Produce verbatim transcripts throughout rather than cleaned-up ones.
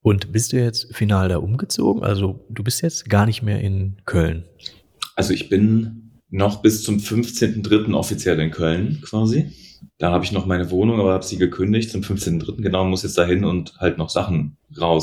Und bist du jetzt final da umgezogen? Also du bist jetzt gar nicht mehr in Köln. Also ich bin noch bis zum fünfzehnten dritten offiziell in Köln quasi. Da habe ich noch meine Wohnung, aber habe sie gekündigt zum fünfzehnten dritten Genau, muss jetzt dahin und halt noch Sachen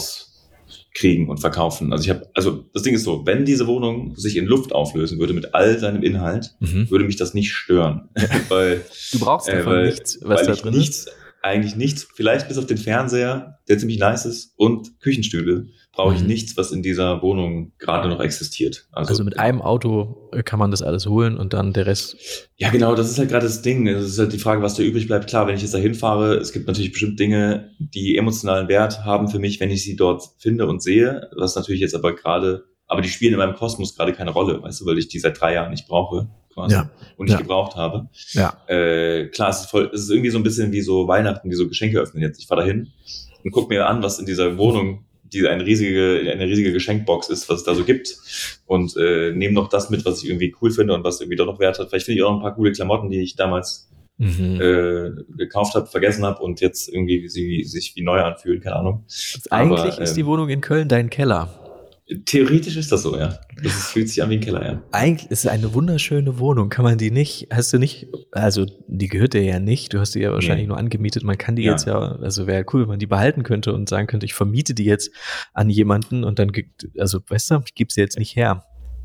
rauskriegen und verkaufen. Also ich habe, also das Ding ist so, wenn diese Wohnung sich in Luft auflösen würde mit all seinem Inhalt, mhm. würde mich das nicht stören. weil, du brauchst davon äh, weil, nichts, was weil da ich drin nichts, ist? Eigentlich nichts, vielleicht bis auf den Fernseher, der ziemlich nice ist, und Küchenstühle, brauche ich mhm. nichts, was in dieser Wohnung gerade noch existiert. Also, also mit einem Auto kann man das alles holen und dann der Rest? Ja, genau, das ist halt gerade das Ding. Es ist halt die Frage, was da übrig bleibt. Klar, wenn ich jetzt da hinfahre, es gibt natürlich bestimmt Dinge, die emotionalen Wert haben für mich, wenn ich sie dort finde und sehe, was natürlich jetzt aber gerade, aber die spielen in meinem Kosmos gerade keine Rolle, weißt du, weil ich die seit drei Jahren nicht brauche. Quasi, ja. und nicht ja. gebraucht habe. Ja. Äh, klar, es ist, voll, es ist irgendwie so ein bisschen wie so Weihnachten, wie so Geschenke öffnen jetzt. Ich fahre da hin und guck mir an, was in dieser Wohnung, die eine riesige, eine riesige Geschenkbox ist, was es da so gibt, und äh, nehme noch das mit, was ich irgendwie cool finde und was irgendwie doch noch Wert hat. Vielleicht finde ich auch noch ein paar coole Klamotten, die ich damals mhm. äh, gekauft habe, vergessen habe und jetzt irgendwie sie sich wie neu anfühlen, keine Ahnung. Eigentlich Aber, ist ähm, die Wohnung in Köln dein Keller. Theoretisch ist das so, ja. Das ist, fühlt sich an wie ein Keller, ja. Eigentlich ist es eine wunderschöne Wohnung. Kann man die nicht, hast du nicht, also die gehört dir ja nicht, du hast die ja wahrscheinlich nee. nur angemietet. Man kann die ja. jetzt ja, also wäre cool, wenn man die behalten könnte und sagen könnte, ich vermiete die jetzt an jemanden und dann, also weißt du, ich gebe sie jetzt nicht her.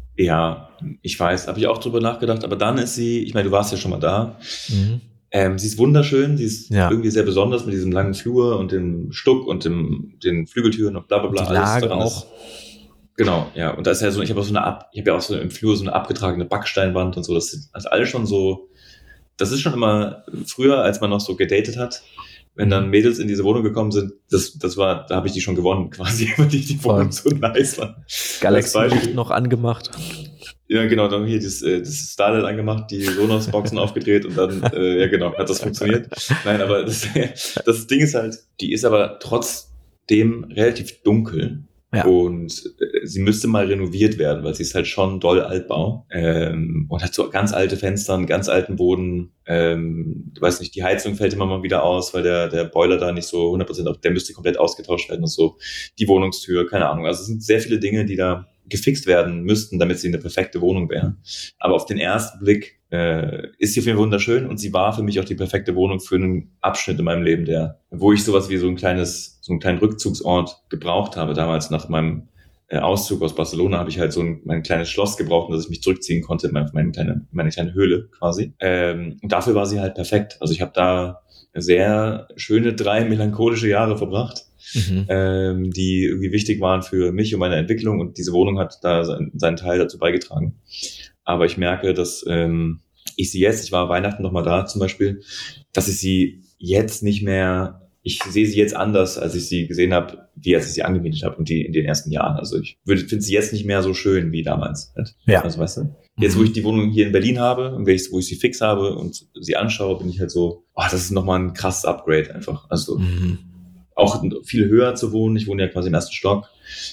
Ja, ich weiß, habe ich auch drüber nachgedacht, aber dann ist sie, ich meine, du warst ja schon mal da, mhm. ähm, sie ist wunderschön, sie ist ja. irgendwie sehr besonders mit diesem langen Flur und dem Stuck und dem, den Flügeltüren und bla bla bla. Die Lage alles daran auch. Ist, Genau, ja. Und da ist ja so, ich habe auch so eine ab, ich habe ja auch so im Flur so eine abgetragene Backsteinwand und so. Das ist also alles schon so, das ist schon immer früher, als man noch so gedatet hat, wenn dann Mädels in diese Wohnung gekommen sind, das, das war, da habe ich die schon gewonnen, quasi, weil die, die Wohnung so nice war. Galaxy-Licht noch angemacht. Ja, genau, dann hier das, das Starlight angemacht, die Sonos-Boxen aufgedreht und dann, äh, ja genau, hat das funktioniert. Nein, aber das, das Ding ist halt, die ist aber trotzdem relativ dunkel. Ja. Und äh, sie müsste mal renoviert werden, weil sie ist halt schon doll Altbau ähm, und hat so ganz alte Fenster, einen ganz alten Boden. Ähm, du weißt nicht, die Heizung fällt immer mal wieder aus, weil der der Boiler da nicht so hundert Prozent, der müsste komplett ausgetauscht werden und so. Die Wohnungstür, keine Ahnung. Also es sind sehr viele Dinge, die da gefixt werden müssten, damit sie eine perfekte Wohnung wäre. Aber auf den ersten Blick äh, ist sie auf jeden Fall wunderschön und sie war für mich auch die perfekte Wohnung für einen Abschnitt in meinem Leben, der, wo ich sowas wie so ein kleines, so einen kleinen Rückzugsort gebraucht habe. Damals nach meinem äh, Auszug aus Barcelona habe ich halt so ein, mein kleines Schloss gebraucht, dass ich mich zurückziehen konnte in meine, meine kleine, meine kleine Höhle quasi. Ähm, und dafür war sie halt perfekt. Also ich habe da sehr schöne drei melancholische Jahre verbracht. Mhm. Ähm, die irgendwie wichtig waren für mich und meine Entwicklung, und diese Wohnung hat da sein, seinen Teil dazu beigetragen. Aber ich merke, dass ähm, ich sie jetzt, ich war Weihnachten noch mal da zum Beispiel, dass ich sie jetzt nicht mehr, ich sehe sie jetzt anders, als ich sie gesehen habe, wie als ich sie angemietet habe und die in den ersten Jahren. Also ich finde sie jetzt nicht mehr so schön wie damals. Ja. Also weißt du, jetzt wo ich die Wohnung hier in Berlin habe und wo ich sie fix habe und sie anschaue, bin ich halt so, oh, das ist nochmal ein krasses Upgrade einfach. Also mhm. auch viel höher zu wohnen. Ich wohne ja quasi im ersten Stock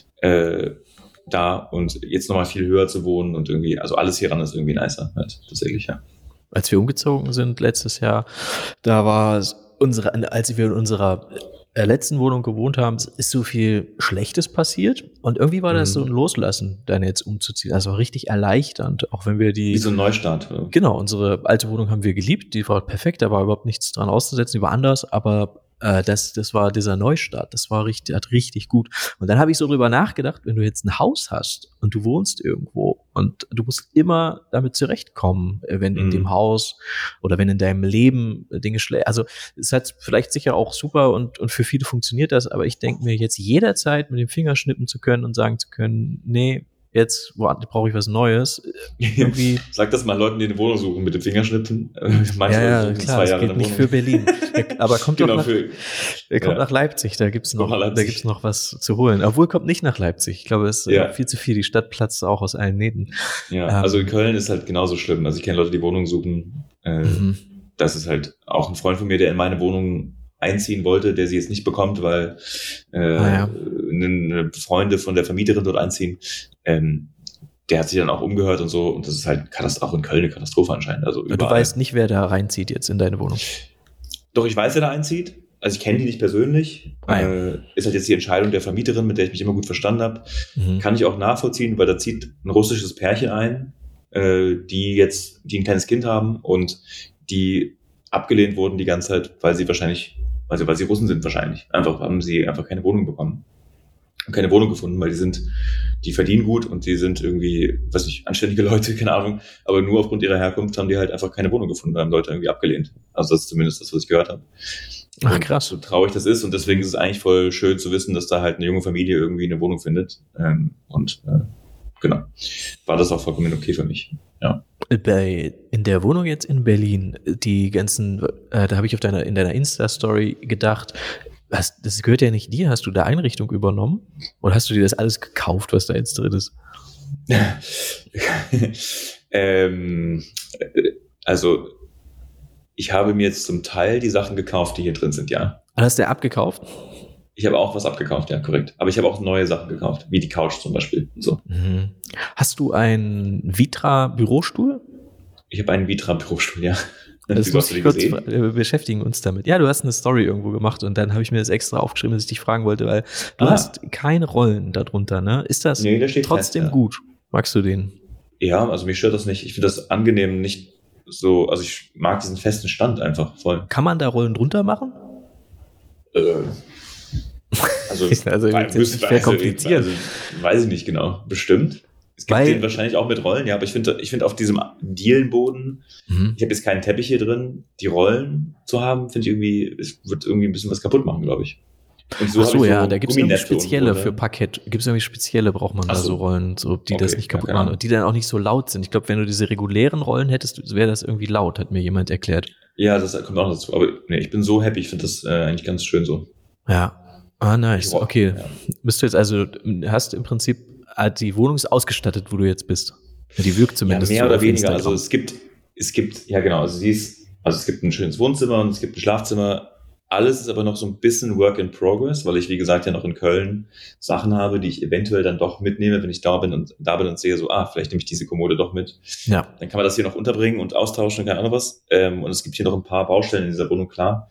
äh, da, und jetzt nochmal viel höher zu wohnen und irgendwie, also alles hieran ist irgendwie nicer, halt, tatsächlich, ja. Als wir umgezogen sind letztes Jahr, da war unsere, als wir in unserer letzten Wohnung gewohnt haben, ist so viel Schlechtes passiert und irgendwie war das mhm. so ein Loslassen, dann jetzt umzuziehen. Also richtig erleichternd, auch wenn wir die... Wie so ein Neustart. Oder? Genau, unsere alte Wohnung haben wir geliebt, die war perfekt, da war überhaupt nichts dran auszusetzen, die war anders, aber Das, das war dieser Neustart, das war richtig, hat richtig gut. Und dann habe ich so drüber nachgedacht, wenn du jetzt ein Haus hast und du wohnst irgendwo und du musst immer damit zurechtkommen, wenn in mm. dem Haus oder wenn in deinem Leben Dinge schlecht, also es hat vielleicht sicher auch super und, und für viele funktioniert das, aber ich denke mir jetzt jederzeit mit dem Finger schnippen zu können und sagen zu können, nee, jetzt brauche ich was Neues. Irgendwie Sag das mal Leuten, die eine Wohnung suchen, mit dem Fingerschnippen. Manche ja, ja, klar, das geht nicht für Berlin. Aber kommt genau, doch nach, für, er kommt ja. nach Leipzig, da gibt's noch, da gibt's noch was zu holen. Obwohl, kommt nicht nach Leipzig. Ich glaube, es ist ja. viel zu viel. Die Stadt platzt auch aus allen Nähten. Ja, ähm, also in Köln ist halt genauso schlimm. Also ich kenne Leute, die Wohnungen suchen. Äh, mhm. Das ist halt auch ein Freund von mir, der in meine Wohnung einziehen wollte, der sie jetzt nicht bekommt, weil äh, ah, ja. eine Freunde von der Vermieterin dort einziehen. Ähm, der hat sich dann auch umgehört und so, und das ist halt Katast- auch in Köln eine Katastrophe anscheinend. Also du weißt nicht, wer da reinzieht jetzt in deine Wohnung? Doch, ich weiß, wer da einzieht. also ich kenne die nicht persönlich, Ah, ja. äh, ist halt jetzt die Entscheidung der Vermieterin, mit der ich mich immer gut verstanden habe. Mhm. Kann ich auch nachvollziehen, weil da zieht ein russisches Pärchen ein, äh, die jetzt, die ein kleines Kind haben und die abgelehnt wurden die ganze Zeit, weil sie wahrscheinlich, also weil sie Russen sind wahrscheinlich. Einfach haben sie einfach keine Wohnung bekommen. Keine Wohnung gefunden, weil die sind, die verdienen gut und die sind irgendwie, weiß ich, anständige Leute, keine Ahnung, aber nur aufgrund ihrer Herkunft haben die halt einfach keine Wohnung gefunden, haben Leute irgendwie abgelehnt. Also das ist zumindest das, was ich gehört habe. Ach, Und krass. so traurig das ist und deswegen ist es eigentlich voll schön zu wissen, dass da halt eine junge Familie irgendwie eine Wohnung findet. Ähm, und äh, genau, war das auch vollkommen okay für mich. Ja. Bei, in der Wohnung jetzt in Berlin, die ganzen, äh, da habe ich auf deiner, in deiner Insta-Story gedacht, was, das gehört ja nicht dir. Hast du da Einrichtung übernommen? Oder hast du dir das alles gekauft, was da jetzt drin ist? ähm, also, ich habe mir jetzt zum Teil die Sachen gekauft, die hier drin sind, ja. Hast du abgekauft? Ich habe auch was abgekauft, ja, korrekt. Aber ich habe auch neue Sachen gekauft, wie die Couch zum Beispiel. Und so. Mhm. Hast du einen Vitra-Bürostuhl? Ich habe einen Vitra-Bürostuhl, ja. Das Wieso muss hast du ich den kurz, gesehen? wir beschäftigen uns damit. Ja, du hast eine Story irgendwo gemacht und dann habe ich mir das extra aufgeschrieben, dass ich dich fragen wollte, weil du Ah. hast keine Rollen darunter, ne? Ist das Nee, der steht trotzdem fest, ja. gut? Magst du den? Ja, also mich stört das nicht. Ich finde das angenehm, nicht so, also ich mag diesen festen Stand einfach voll. Kann man da Rollen drunter machen? Äh, also, Also, ich will es jetzt nicht verkomplizieren. Also, weiß ich nicht genau. Bestimmt. Es gibt Weil- den wahrscheinlich auch mit Rollen, ja, aber ich finde, ich finde auf diesem Dielenboden, Mhm. ich habe jetzt keinen Teppich hier drin, die Rollen zu haben, finde ich irgendwie, es wird irgendwie ein bisschen was kaputt machen, glaube ich. Und Ach so, habe ich ja, da gibt es irgendwie Gumminetze spezielle irgendwo, für ne? Parkett. Gibt es irgendwie spezielle, braucht man Ach da so. so Rollen, so, die das Okay, nicht kaputt ja, keine machen Ahnung. und die dann auch nicht so laut sind. Ich glaube, wenn du diese regulären Rollen hättest, wäre das irgendwie laut, hat mir jemand erklärt. Ja, das kommt auch dazu. Aber nee, ich bin so happy, ich finde das äh, eigentlich ganz schön so. Ja. Ah, nice. Ich rock, Okay. ja. Bist du jetzt also, hast im Prinzip, äh, die Wohnung ist ausgestattet, wo du jetzt bist. Die wirkt Ja, zumindest mehr so oder auf weniger. Instagram. Also es gibt, es gibt, ja genau, also sie ist, also es gibt ein schönes Wohnzimmer und es gibt ein Schlafzimmer. Alles ist aber noch so ein bisschen Work in Progress, weil ich, wie gesagt, ja noch in Köln Sachen habe, die ich eventuell dann doch mitnehme, wenn ich da bin und da bin und sehe so, ah, vielleicht nehme ich diese Kommode doch mit. Ja. Dann kann man das hier noch unterbringen und austauschen und keine Ahnung was. Ähm, und es gibt hier noch ein paar Baustellen in dieser Wohnung, klar.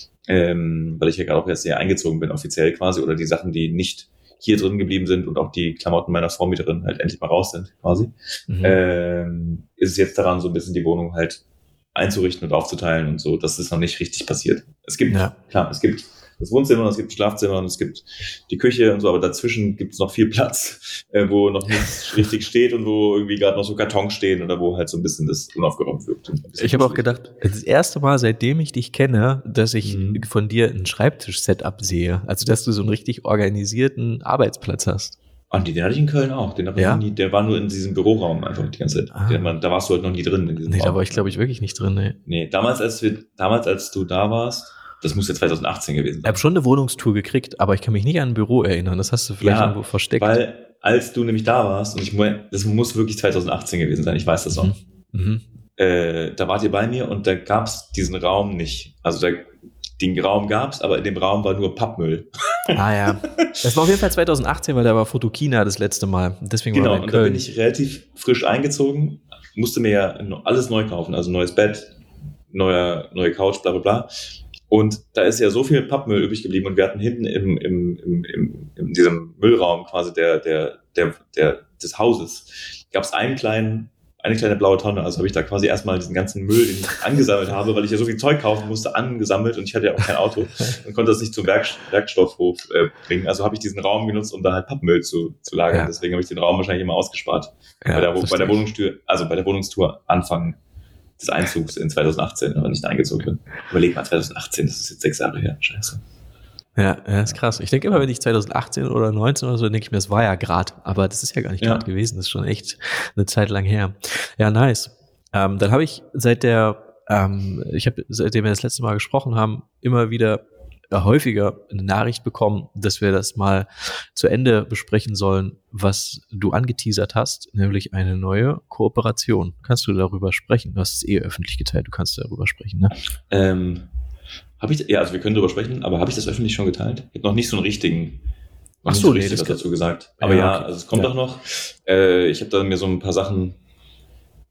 Ähm, weil ich ja gerade auch erst hier eingezogen bin, offiziell quasi, oder die Sachen, die nicht hier drin geblieben sind und auch die Klamotten meiner Vormieterin halt endlich mal raus sind, quasi. Mhm. Ähm, ist es jetzt daran, so ein bisschen die Wohnung halt einzurichten und aufzuteilen und so. Das ist noch nicht richtig passiert. Es gibt, Ja. klar, es gibt das Wohnzimmer, es gibt das Schlafzimmer und es gibt die Küche und so, aber dazwischen gibt es noch viel Platz, äh, wo noch nichts richtig steht und wo irgendwie gerade noch so Kartons stehen oder wo halt so ein bisschen das unaufgeräumt wirkt. und ein bisschen Ich habe auch kuschelig. gedacht, das erste Mal, seitdem ich dich kenne, dass ich Mhm. von dir ein Schreibtisch-Setup sehe. Also, dass du so einen richtig organisierten Arbeitsplatz hast. Ah, die- den hatte ich in Köln auch. Den hab ich Ja? noch nie, der war nur in diesem Büroraum einfach die ganze Zeit. Ah. Den, man, da warst du halt noch nie drin in diesem Nee, Raum. da war ich, glaube ich, wirklich nicht drin. Nee. Nee, damals, als wir, damals, als du da warst, das muss ja zwanzig achtzehn gewesen Ich sein. habe schon eine Wohnungstour gekriegt, aber ich kann mich nicht an ein Büro erinnern. Das hast du vielleicht Ja, irgendwo versteckt. Weil, als du nämlich da warst, und ich meine, das muss wirklich zwanzig achtzehn gewesen sein, ich weiß das noch. Mhm. Mhm. Äh, da wart ihr bei mir und da gab's diesen Raum nicht. Also da, den Raum gab's, aber in dem Raum war nur Pappmüll. Ah ja. Das war auf jeden Fall zwanzig achtzehn, weil da war Fotokina das letzte Mal. Deswegen Genau, waren wir in und da Köln. bin ich relativ frisch eingezogen, musste mir ja no- alles neu kaufen, also neues Bett, neuer, neue Couch, bla bla bla. Und da ist ja so viel Pappmüll übrig geblieben und wir hatten hinten im, im, im, im, in diesem Müllraum quasi der, der, der, der, des Hauses gab's einen kleinen, eine kleine blaue Tonne. Also habe ich da quasi erstmal diesen ganzen Müll, den ich angesammelt habe, weil ich ja so viel Zeug kaufen musste, angesammelt und ich hatte ja auch kein Auto und konnte das nicht zum Werk, Werkstoffhof äh, bringen. Also habe ich diesen Raum genutzt, um da halt Pappmüll zu, zu lagern. Ja. Deswegen habe ich den Raum wahrscheinlich immer ausgespart. Ja, bei, der, bei verstehe der ich. Wohnungstour, also bei der Wohnungstour Anfang des Einzugs in zwanzig achtzehn, aber nicht eingezogen bin. Überleg mal, zwanzig achtzehn, das ist jetzt sechs Jahre her. Scheiße. Ja, ja, ist krass. Ich denke immer, wenn ich zwanzig achtzehn oder neunzehn oder so, denke ich mir, das war ja grad. Aber das ist ja gar nicht Ja. grad gewesen. Das ist schon echt eine Zeit lang her. Ja, nice. Ähm, dann habe ich seit der, ähm, ich habe, seitdem wir das letzte Mal gesprochen haben, immer wieder äh, häufiger eine Nachricht bekommen, dass wir das mal zu Ende besprechen sollen, was du angeteasert hast, nämlich eine neue Kooperation. Kannst du darüber sprechen? Du hast es eh öffentlich geteilt, du kannst darüber sprechen, ne? Ähm, habe ich, ja, also wir können darüber sprechen, aber habe ich das öffentlich schon geteilt? Ich habe noch nicht so einen richtigen, noch Ach nicht so, nee, richtig das was kann- dazu gesagt. Aber Ja, ja, okay. also es kommt Ja. doch noch. Äh, ich habe da mir so ein paar Sachen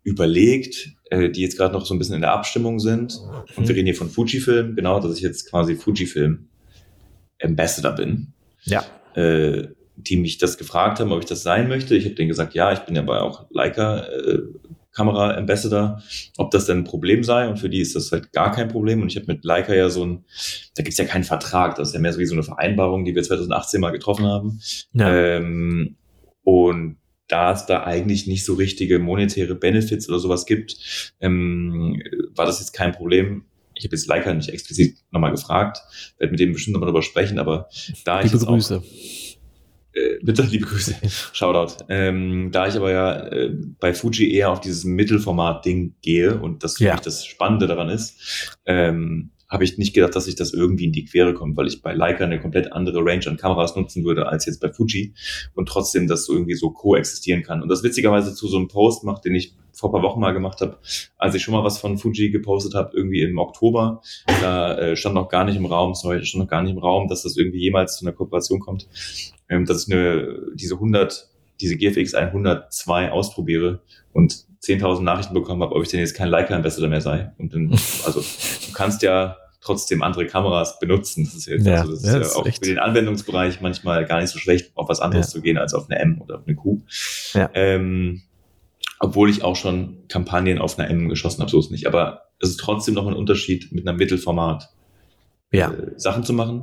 überlegt, äh, die jetzt gerade noch so ein bisschen in der Abstimmung sind. Und Mhm. wir reden hier von Fujifilm, genau, dass ich jetzt quasi Fujifilm Ambassador bin. Ja. Äh, die mich das gefragt haben, ob ich das sein möchte. Ich habe denen gesagt, ja, ich bin ja bei auch Leica äh, Kamera Ambassador, ob das denn ein Problem sei. Und für die ist das halt gar kein Problem. Und ich habe mit Leica ja so ein, da gibt's ja keinen Vertrag, das ist ja mehr so wie so eine Vereinbarung, die wir zwanzig achtzehn mal getroffen haben. Ja. Ähm, und da es da eigentlich nicht so richtige monetäre Benefits oder sowas gibt, ähm, war das jetzt kein Problem. Ich habe jetzt Leica nicht explizit nochmal gefragt, werde mit denen bestimmt nochmal drüber sprechen, aber da ich Liebe jetzt Grüße. auch Äh, bitte, liebe Grüße. Shoutout. Ähm, da ich aber ja äh, bei Fuji eher auf dieses Mittelformat-Ding gehe und das für Ja. mich das Spannende daran ist, ähm, habe ich nicht gedacht, dass ich das irgendwie in die Quere kommt, weil ich bei Leica eine komplett andere Range an Kameras nutzen würde als jetzt bei Fuji und trotzdem das so irgendwie so koexistieren kann. Und das witzigerweise zu so einem Post macht, den ich vor ein paar Wochen mal gemacht habe, als ich schon mal was von Fuji gepostet habe, irgendwie im Oktober. Da äh, stand noch gar nicht im Raum, sorry, stand noch gar nicht im Raum, dass das irgendwie jemals zu einer Kooperation kommt. Ähm, dass ich eine, diese hundert, diese G F X hundertzwei ausprobiere und zehntausend Nachrichten bekommen habe, ob ich denn jetzt kein Leica Ambassador mehr sei. Und dann, also, du kannst ja trotzdem andere Kameras benutzen. Das ist ja, Ja, also das ja, ist ja das ist auch echt- für den Anwendungsbereich manchmal gar nicht so schlecht, auf was anderes Ja. zu gehen als auf eine M oder auf eine Q. Ja. Ähm, obwohl ich auch schon Kampagnen auf einer M geschossen habe, so ist es nicht. Aber es ist trotzdem noch ein Unterschied, mit einem Mittelformat Ja. äh, Sachen zu machen.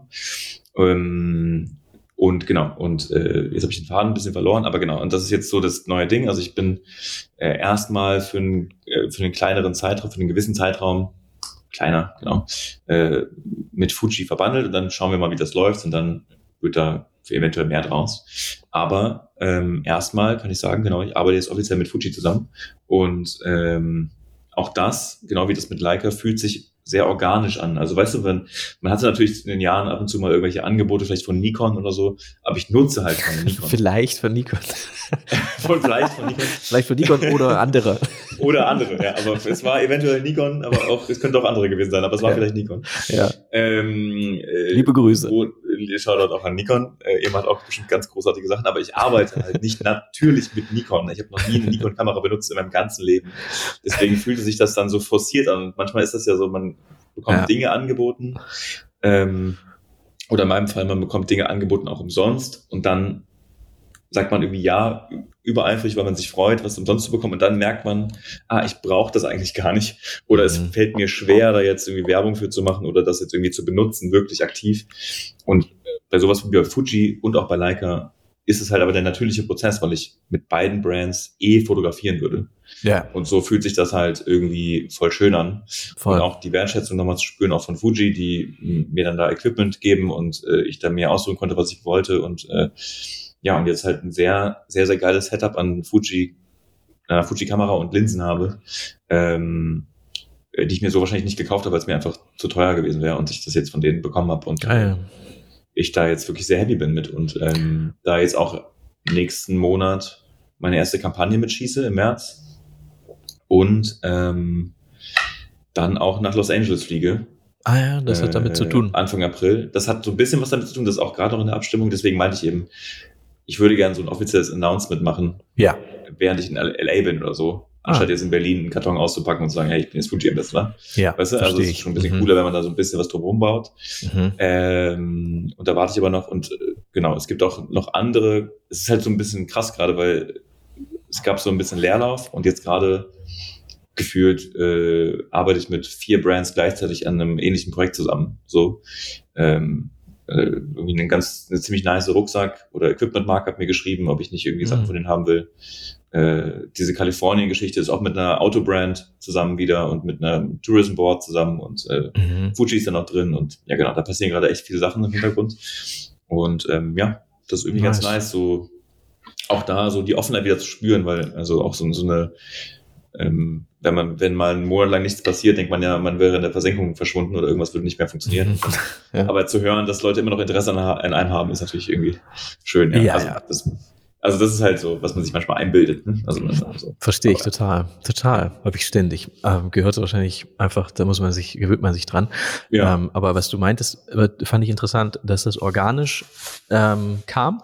Ähm, und genau, und äh, jetzt habe ich den Faden ein bisschen verloren, aber genau, und das ist jetzt so das neue Ding. Also ich bin äh, erstmal für, ein, äh, für einen kleineren Zeitraum, für einen gewissen Zeitraum, kleiner, genau, äh, mit Fuji verbandelt und dann schauen wir mal, wie das läuft und dann wird da eventuell mehr draus. Aber ähm, erstmal kann ich sagen, genau, ich arbeite jetzt offiziell mit Fuji zusammen und ähm, auch das, genau wie das mit Leica, fühlt sich sehr organisch an. Also weißt du, wenn, man hatte natürlich in den Jahren ab und zu mal irgendwelche Angebote, vielleicht von Nikon oder so, aber ich nutze halt von Nikon. Vielleicht von Nikon. von vielleicht von Nikon. Vielleicht von Nikon oder andere. Oder andere, ja. Aber es war eventuell Nikon, aber auch, es könnte auch andere gewesen sein, aber es war Ja. vielleicht Nikon. Ja. Ähm, äh, Liebe Grüße. Wo, Shoutout auch an Nikon. Äh, ihr macht auch bestimmt ganz großartige Sachen, aber ich arbeite halt nicht natürlich mit Nikon. Ich habe noch nie eine Nikon-Kamera benutzt in meinem ganzen Leben. Deswegen fühlte sich das dann so forciert an. Und manchmal ist das ja so, man bekommt Ja. Dinge angeboten. Ähm, oder in meinem Fall, man bekommt Dinge angeboten auch umsonst. Und dann sagt man irgendwie ja, übereifrig, weil man sich freut, was umsonst zu bekommen. Und dann merkt man, ah, ich brauche das eigentlich gar nicht. Oder es Mhm. fällt mir schwer, da jetzt irgendwie Werbung für zu machen oder das jetzt irgendwie zu benutzen, wirklich aktiv. Und bei sowas wie bei Fuji und auch bei Leica ist es halt aber der natürliche Prozess, weil ich mit beiden Brands eh fotografieren würde. Ja, Und so fühlt sich das halt irgendwie voll schön an. voll. Und auch die Wertschätzung nochmal zu spüren, auch von Fuji, die m, mir dann da Equipment geben und äh, ich da mir aussuchen konnte, was ich wollte. Und äh, ja, und jetzt halt ein sehr, sehr, sehr geiles Setup an Fuji, einer Fuji-Kamera und Linsen habe, ähm, äh, die ich mir so wahrscheinlich nicht gekauft habe, weil es mir einfach zu teuer gewesen wäre und ich das jetzt von denen bekommen habe und Geil. ich da jetzt wirklich sehr happy bin mit und ähm, da jetzt auch nächsten Monat meine erste Kampagne mitschieße im März und ähm, dann auch nach Los Angeles fliege. Ah ja, das hat damit äh, zu tun. Anfang April. Das hat so ein bisschen was damit zu tun, das ist auch gerade noch in der Abstimmung, deswegen meinte ich eben, ich würde gerne so ein offizielles Announcement machen, Ja. während ich in L A bin oder so, Ah. anstatt jetzt in Berlin einen Karton auszupacken und zu sagen, hey, ich bin jetzt Fuji-Ambassador. Ja, Weißt du, also verstehe es ist ich. schon ein bisschen Mhm. cooler, wenn man da so ein bisschen was drumherum baut. Mhm. Ähm, und da warte ich aber noch und äh, genau, es gibt auch noch andere, es ist halt so ein bisschen krass gerade, weil es gab so ein bisschen Leerlauf und jetzt gerade gefühlt äh, arbeite ich mit vier Brands gleichzeitig an einem ähnlichen Projekt zusammen. So ähm, äh, irgendwie einen ganz, eine ziemlich nice Rucksack oder Equipment-Marke hat mir geschrieben, ob ich nicht irgendwie Sachen Mhm. von denen haben will. Äh, diese Kalifornien-Geschichte ist auch mit einer Autobrand zusammen wieder und mit einer Tourism Board zusammen und äh, Mhm. Fuji ist da noch drin und ja genau, da passieren gerade echt viele Sachen im Hintergrund und ähm, ja, das ist irgendwie Nice. ganz nice, so auch da so die Offenheit wieder zu spüren, weil also auch so, so eine ähm, wenn man, wenn mal einen Monat lang nichts passiert, denkt man ja, man wäre in der Versenkung verschwunden oder irgendwas würde nicht mehr funktionieren. Ja. Aber zu hören, dass Leute immer noch Interesse an, an einem haben, ist natürlich irgendwie schön. Ja, Ja, also, ja. Das, also das ist halt so, was man sich manchmal einbildet. Ne? Also, also Verstehe ich aber, total, total, habe ich ständig. Ähm, gehört wahrscheinlich einfach, da muss man sich, gewöhnt man sich dran. Ja. Ähm, aber was du meintest, äh, fand ich interessant, dass das organisch ähm, kam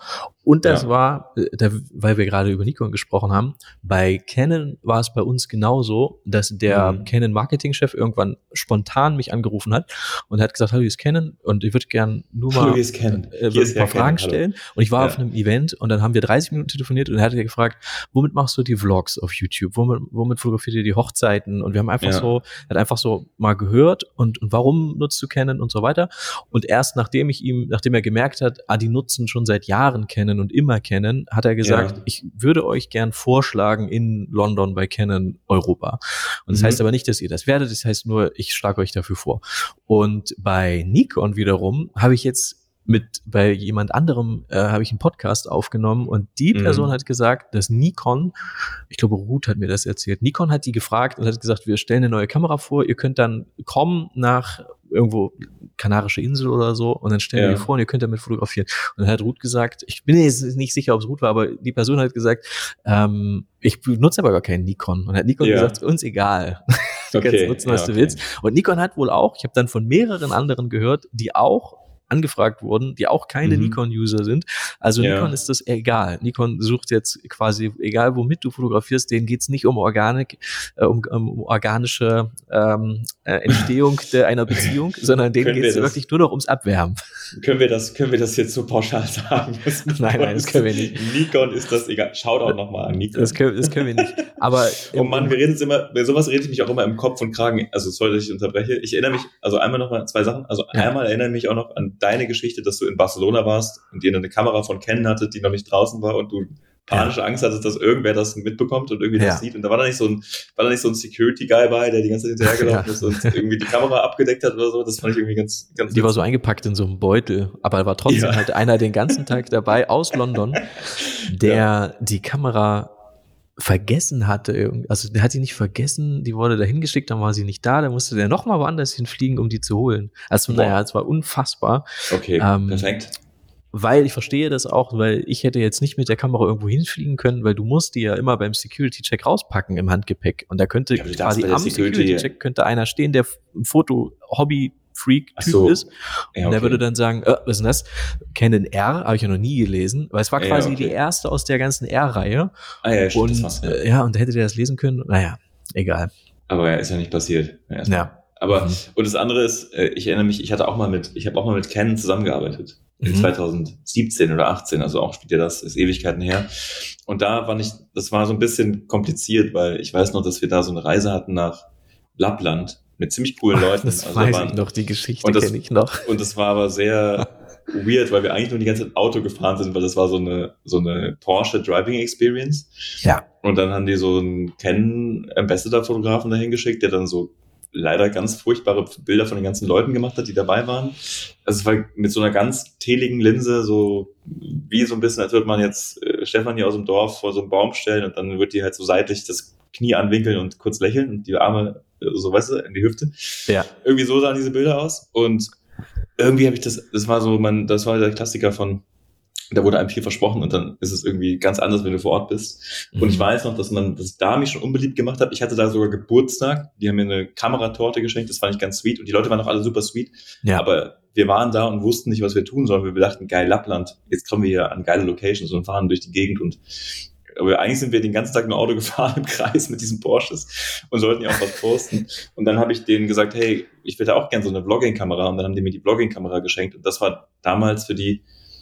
Und das Ja. war, äh, da, weil wir gerade über Nikon gesprochen haben, bei Canon war es bei uns genauso, dass der Mhm. Canon-Marketing-Chef irgendwann spontan mich angerufen hat und hat gesagt, hallo, hier ist Canon und ich würde gern nur Hallo, mal hier ist Ken. äh, Hier ein ist paar Herr Fragen Ken, hallo. stellen. Und ich war Ja. auf einem Event und dann haben wir dreißig Minuten telefoniert und er hat gefragt, womit machst du die Vlogs auf YouTube? Womit, womit fotografiert ihr die Hochzeiten? Und wir haben einfach Ja. so, er hat einfach so mal gehört und, und warum nutzt du Canon und so weiter. Und erst nachdem ich ihm, nachdem er gemerkt hat, ah, die nutzen schon seit Jahren Canon und immer Canon, hat er gesagt, Ja. ich würde euch gern vorschlagen in London bei Canon Europa. Und das Mhm. heißt aber nicht, dass ihr das werdet, das heißt nur, ich schlage euch dafür vor. Und bei Nikon wiederum habe ich jetzt mit bei jemand anderem äh, habe ich einen Podcast aufgenommen und die Person Mhm. hat gesagt, dass Nikon, ich glaube Ruth hat mir das erzählt, Nikon hat die gefragt und hat gesagt, wir stellen eine neue Kamera vor, ihr könnt dann kommen nach irgendwo Kanarische Insel oder so und dann stellen wir Ja. die vor und ihr könnt damit fotografieren. Und dann hat Ruth gesagt, ich bin jetzt nicht sicher, ob es Ruth war, aber die Person hat gesagt, ähm, ich benutze aber gar keinen Nikon. Und hat Nikon Ja. gesagt, uns egal. Du Okay, kannst nutzen, was ja, du okay. willst. Und Nikon hat wohl auch, ich habe dann von mehreren anderen gehört, die auch angefragt wurden, die auch keine Mhm. Nikon-User sind. Also Ja. Nikon ist das egal. Nikon sucht jetzt quasi, egal womit du fotografierst, denen geht's nicht um Organik, äh, um, um organische ähm, äh, Entstehung der, einer Beziehung, sondern denen Können wir geht's das- wirklich nur noch ums Abwärmen. Können wir das, können wir das jetzt so pauschal sagen? Das Nein, nein, das können wir nicht. Nikon ist das egal. Shoutout nochmal an Nikon. Das können, das können wir nicht. Aber Oh Mann, wir reden es immer, bei sowas rede ich mich auch immer im Kopf und Kragen. Also, sorry, dass ich unterbreche. Ich erinnere mich, also einmal nochmal zwei Sachen. Also, Ja. einmal erinnere ich mich auch noch an deine Geschichte, dass du in Barcelona warst und ihr eine Kamera von Canon hattet, die noch nicht draußen war und du panische Angst hattest, dass irgendwer das mitbekommt und irgendwie Ja. das sieht. Und da war da nicht so ein, war da nicht so ein Security-Guy bei, der die ganze Zeit hinterhergelaufen Ja. ist und irgendwie die Kamera abgedeckt hat oder so. Das fand ich irgendwie ganz, ganz die war so eingepackt in so einem Beutel, aber war trotzdem Ja. halt einer den ganzen Tag dabei aus London, der Ja. die Kamera vergessen hatte. irgend- Also der hat sie nicht vergessen, die wurde da hingeschickt, dann war sie nicht da, dann musste der nochmal woanders hinfliegen, um die zu holen. Also Boah. naja, es war unfassbar. Okay, Ähm, perfekt. Weil ich verstehe das auch, weil ich hätte jetzt nicht mit der Kamera irgendwo hinfliegen können, weil du musst die ja immer beim Security-Check rauspacken im Handgepäck. Und da könnte Ja, aber du darfst quasi bei der am Security- Security-Check könnte einer stehen, der ein Foto-Hobby-Freak-Typ Ach so. ist. Und Ja, der okay. würde dann sagen, äh, was ist denn das? Canon R, habe ich ja noch nie gelesen, weil es war Ja, quasi okay. die erste aus der ganzen R-Reihe. Ah ja, stimmt, das Und war's, ja. äh, ja, und da hätte der das lesen können. Naja, egal. Aber ja, ist ja nicht passiert. Ja, erstmal. Ja. Aber, Mhm. und das andere ist, äh, ich erinnere mich, ich hatte auch mal mit, ich habe auch mal mit Canon zusammengearbeitet. In Mhm. zwanzig siebzehn oder achtzehn, also auch spielt ja das, ist Ewigkeiten her. Und da war nicht, das war so ein bisschen kompliziert, weil ich weiß noch, dass wir da so eine Reise hatten nach Lappland mit ziemlich coolen Leuten. Das Also da weiß waren- ich noch, die Geschichte und das- kenne ich noch. Und das war aber sehr weird, weil wir eigentlich nur die ganze Zeit Auto gefahren sind, weil das war so eine, so eine Porsche Driving Experience. Ja. Und dann haben die so einen Canon Ambassador-Fotografen dahin geschickt, der dann so leider ganz furchtbare Bilder von den ganzen Leuten gemacht hat, die dabei waren. Also es war mit so einer ganz teligen Linse, so wie so ein bisschen, als würde man jetzt äh, Stefan hier aus dem Dorf vor so einem Baum stellen und dann wird die halt so seitlich das Knie anwinkeln und kurz lächeln und die Arme, äh, so weißt du, in die Hüfte. Ja. Irgendwie so sahen diese Bilder aus. Und irgendwie habe ich das, das war so, man, das war der Klassiker von, da wurde einem viel versprochen und dann ist es irgendwie ganz anders, wenn du vor Ort bist. Und ich Mhm. weiß noch, dass man, dass ich da mich schon unbeliebt gemacht habe. Ich hatte da sogar Geburtstag. Die haben mir eine Kameratorte geschenkt. Das fand ich ganz sweet. Und die Leute waren auch alle super sweet. Ja. Aber wir waren da und wussten nicht, was wir tun sollen. Wir dachten, geil, Lappland. Jetzt kommen wir hier an geile Locations und fahren durch die Gegend. Und aber eigentlich sind wir den ganzen Tag nur Auto gefahren im Kreis mit diesen Porsches und sollten ja auch was posten. Und dann habe ich denen gesagt, hey, ich hätte auch gerne so eine Vlogging-Kamera. Und dann haben die mir die Vlogging-Kamera geschenkt. Und das war damals für die,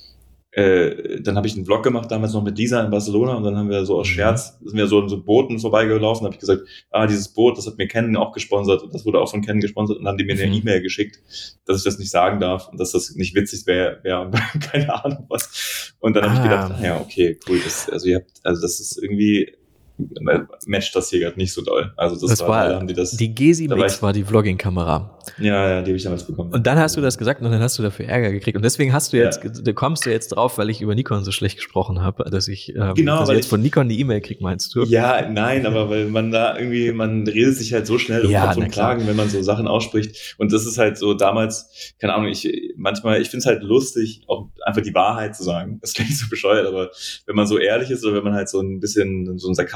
Äh, dann habe ich einen Vlog gemacht, damals noch mit Lisa in Barcelona und dann haben wir so aus Mhm. Scherz, sind wir so in so Booten vorbeigelaufen, habe ich gesagt, ah, dieses Boot, das hat mir Canon auch gesponsert und das wurde auch von Canon gesponsert und dann haben die mir eine Mhm. E-Mail geschickt, dass ich das nicht sagen darf und dass das nicht witzig wäre, wäre keine Ahnung was. Und dann habe Ah. ich gedacht, ah, ja, okay, cool, das, also ihr habt, also das ist irgendwie, matcht das hier gerade nicht so doll. Also das, Das war, war, da haben die das, die Gesi da war Mix ich- war die Vlogging-Kamera. ja, ja, die habe ich damals bekommen. Und dann hast du das gesagt und dann hast du dafür Ärger gekriegt. Und deswegen hast du jetzt, Ja. da kommst du jetzt drauf, weil ich über Nikon so schlecht gesprochen habe, dass ich, ähm, Genau, dass ich weil jetzt ich- von Nikon die E-Mail krieg, meinst du? Ja, nein, aber weil man da irgendwie, man redet sich halt so schnell um Ja, Kopf na und klar. Kragen, wenn man so Sachen ausspricht. Und das ist halt so damals, keine Ahnung, ich manchmal, ich finde es halt lustig, auch einfach die Wahrheit zu sagen. Das klingt so bescheuert, aber wenn man so ehrlich ist oder wenn man halt so ein bisschen so einen sarkastischen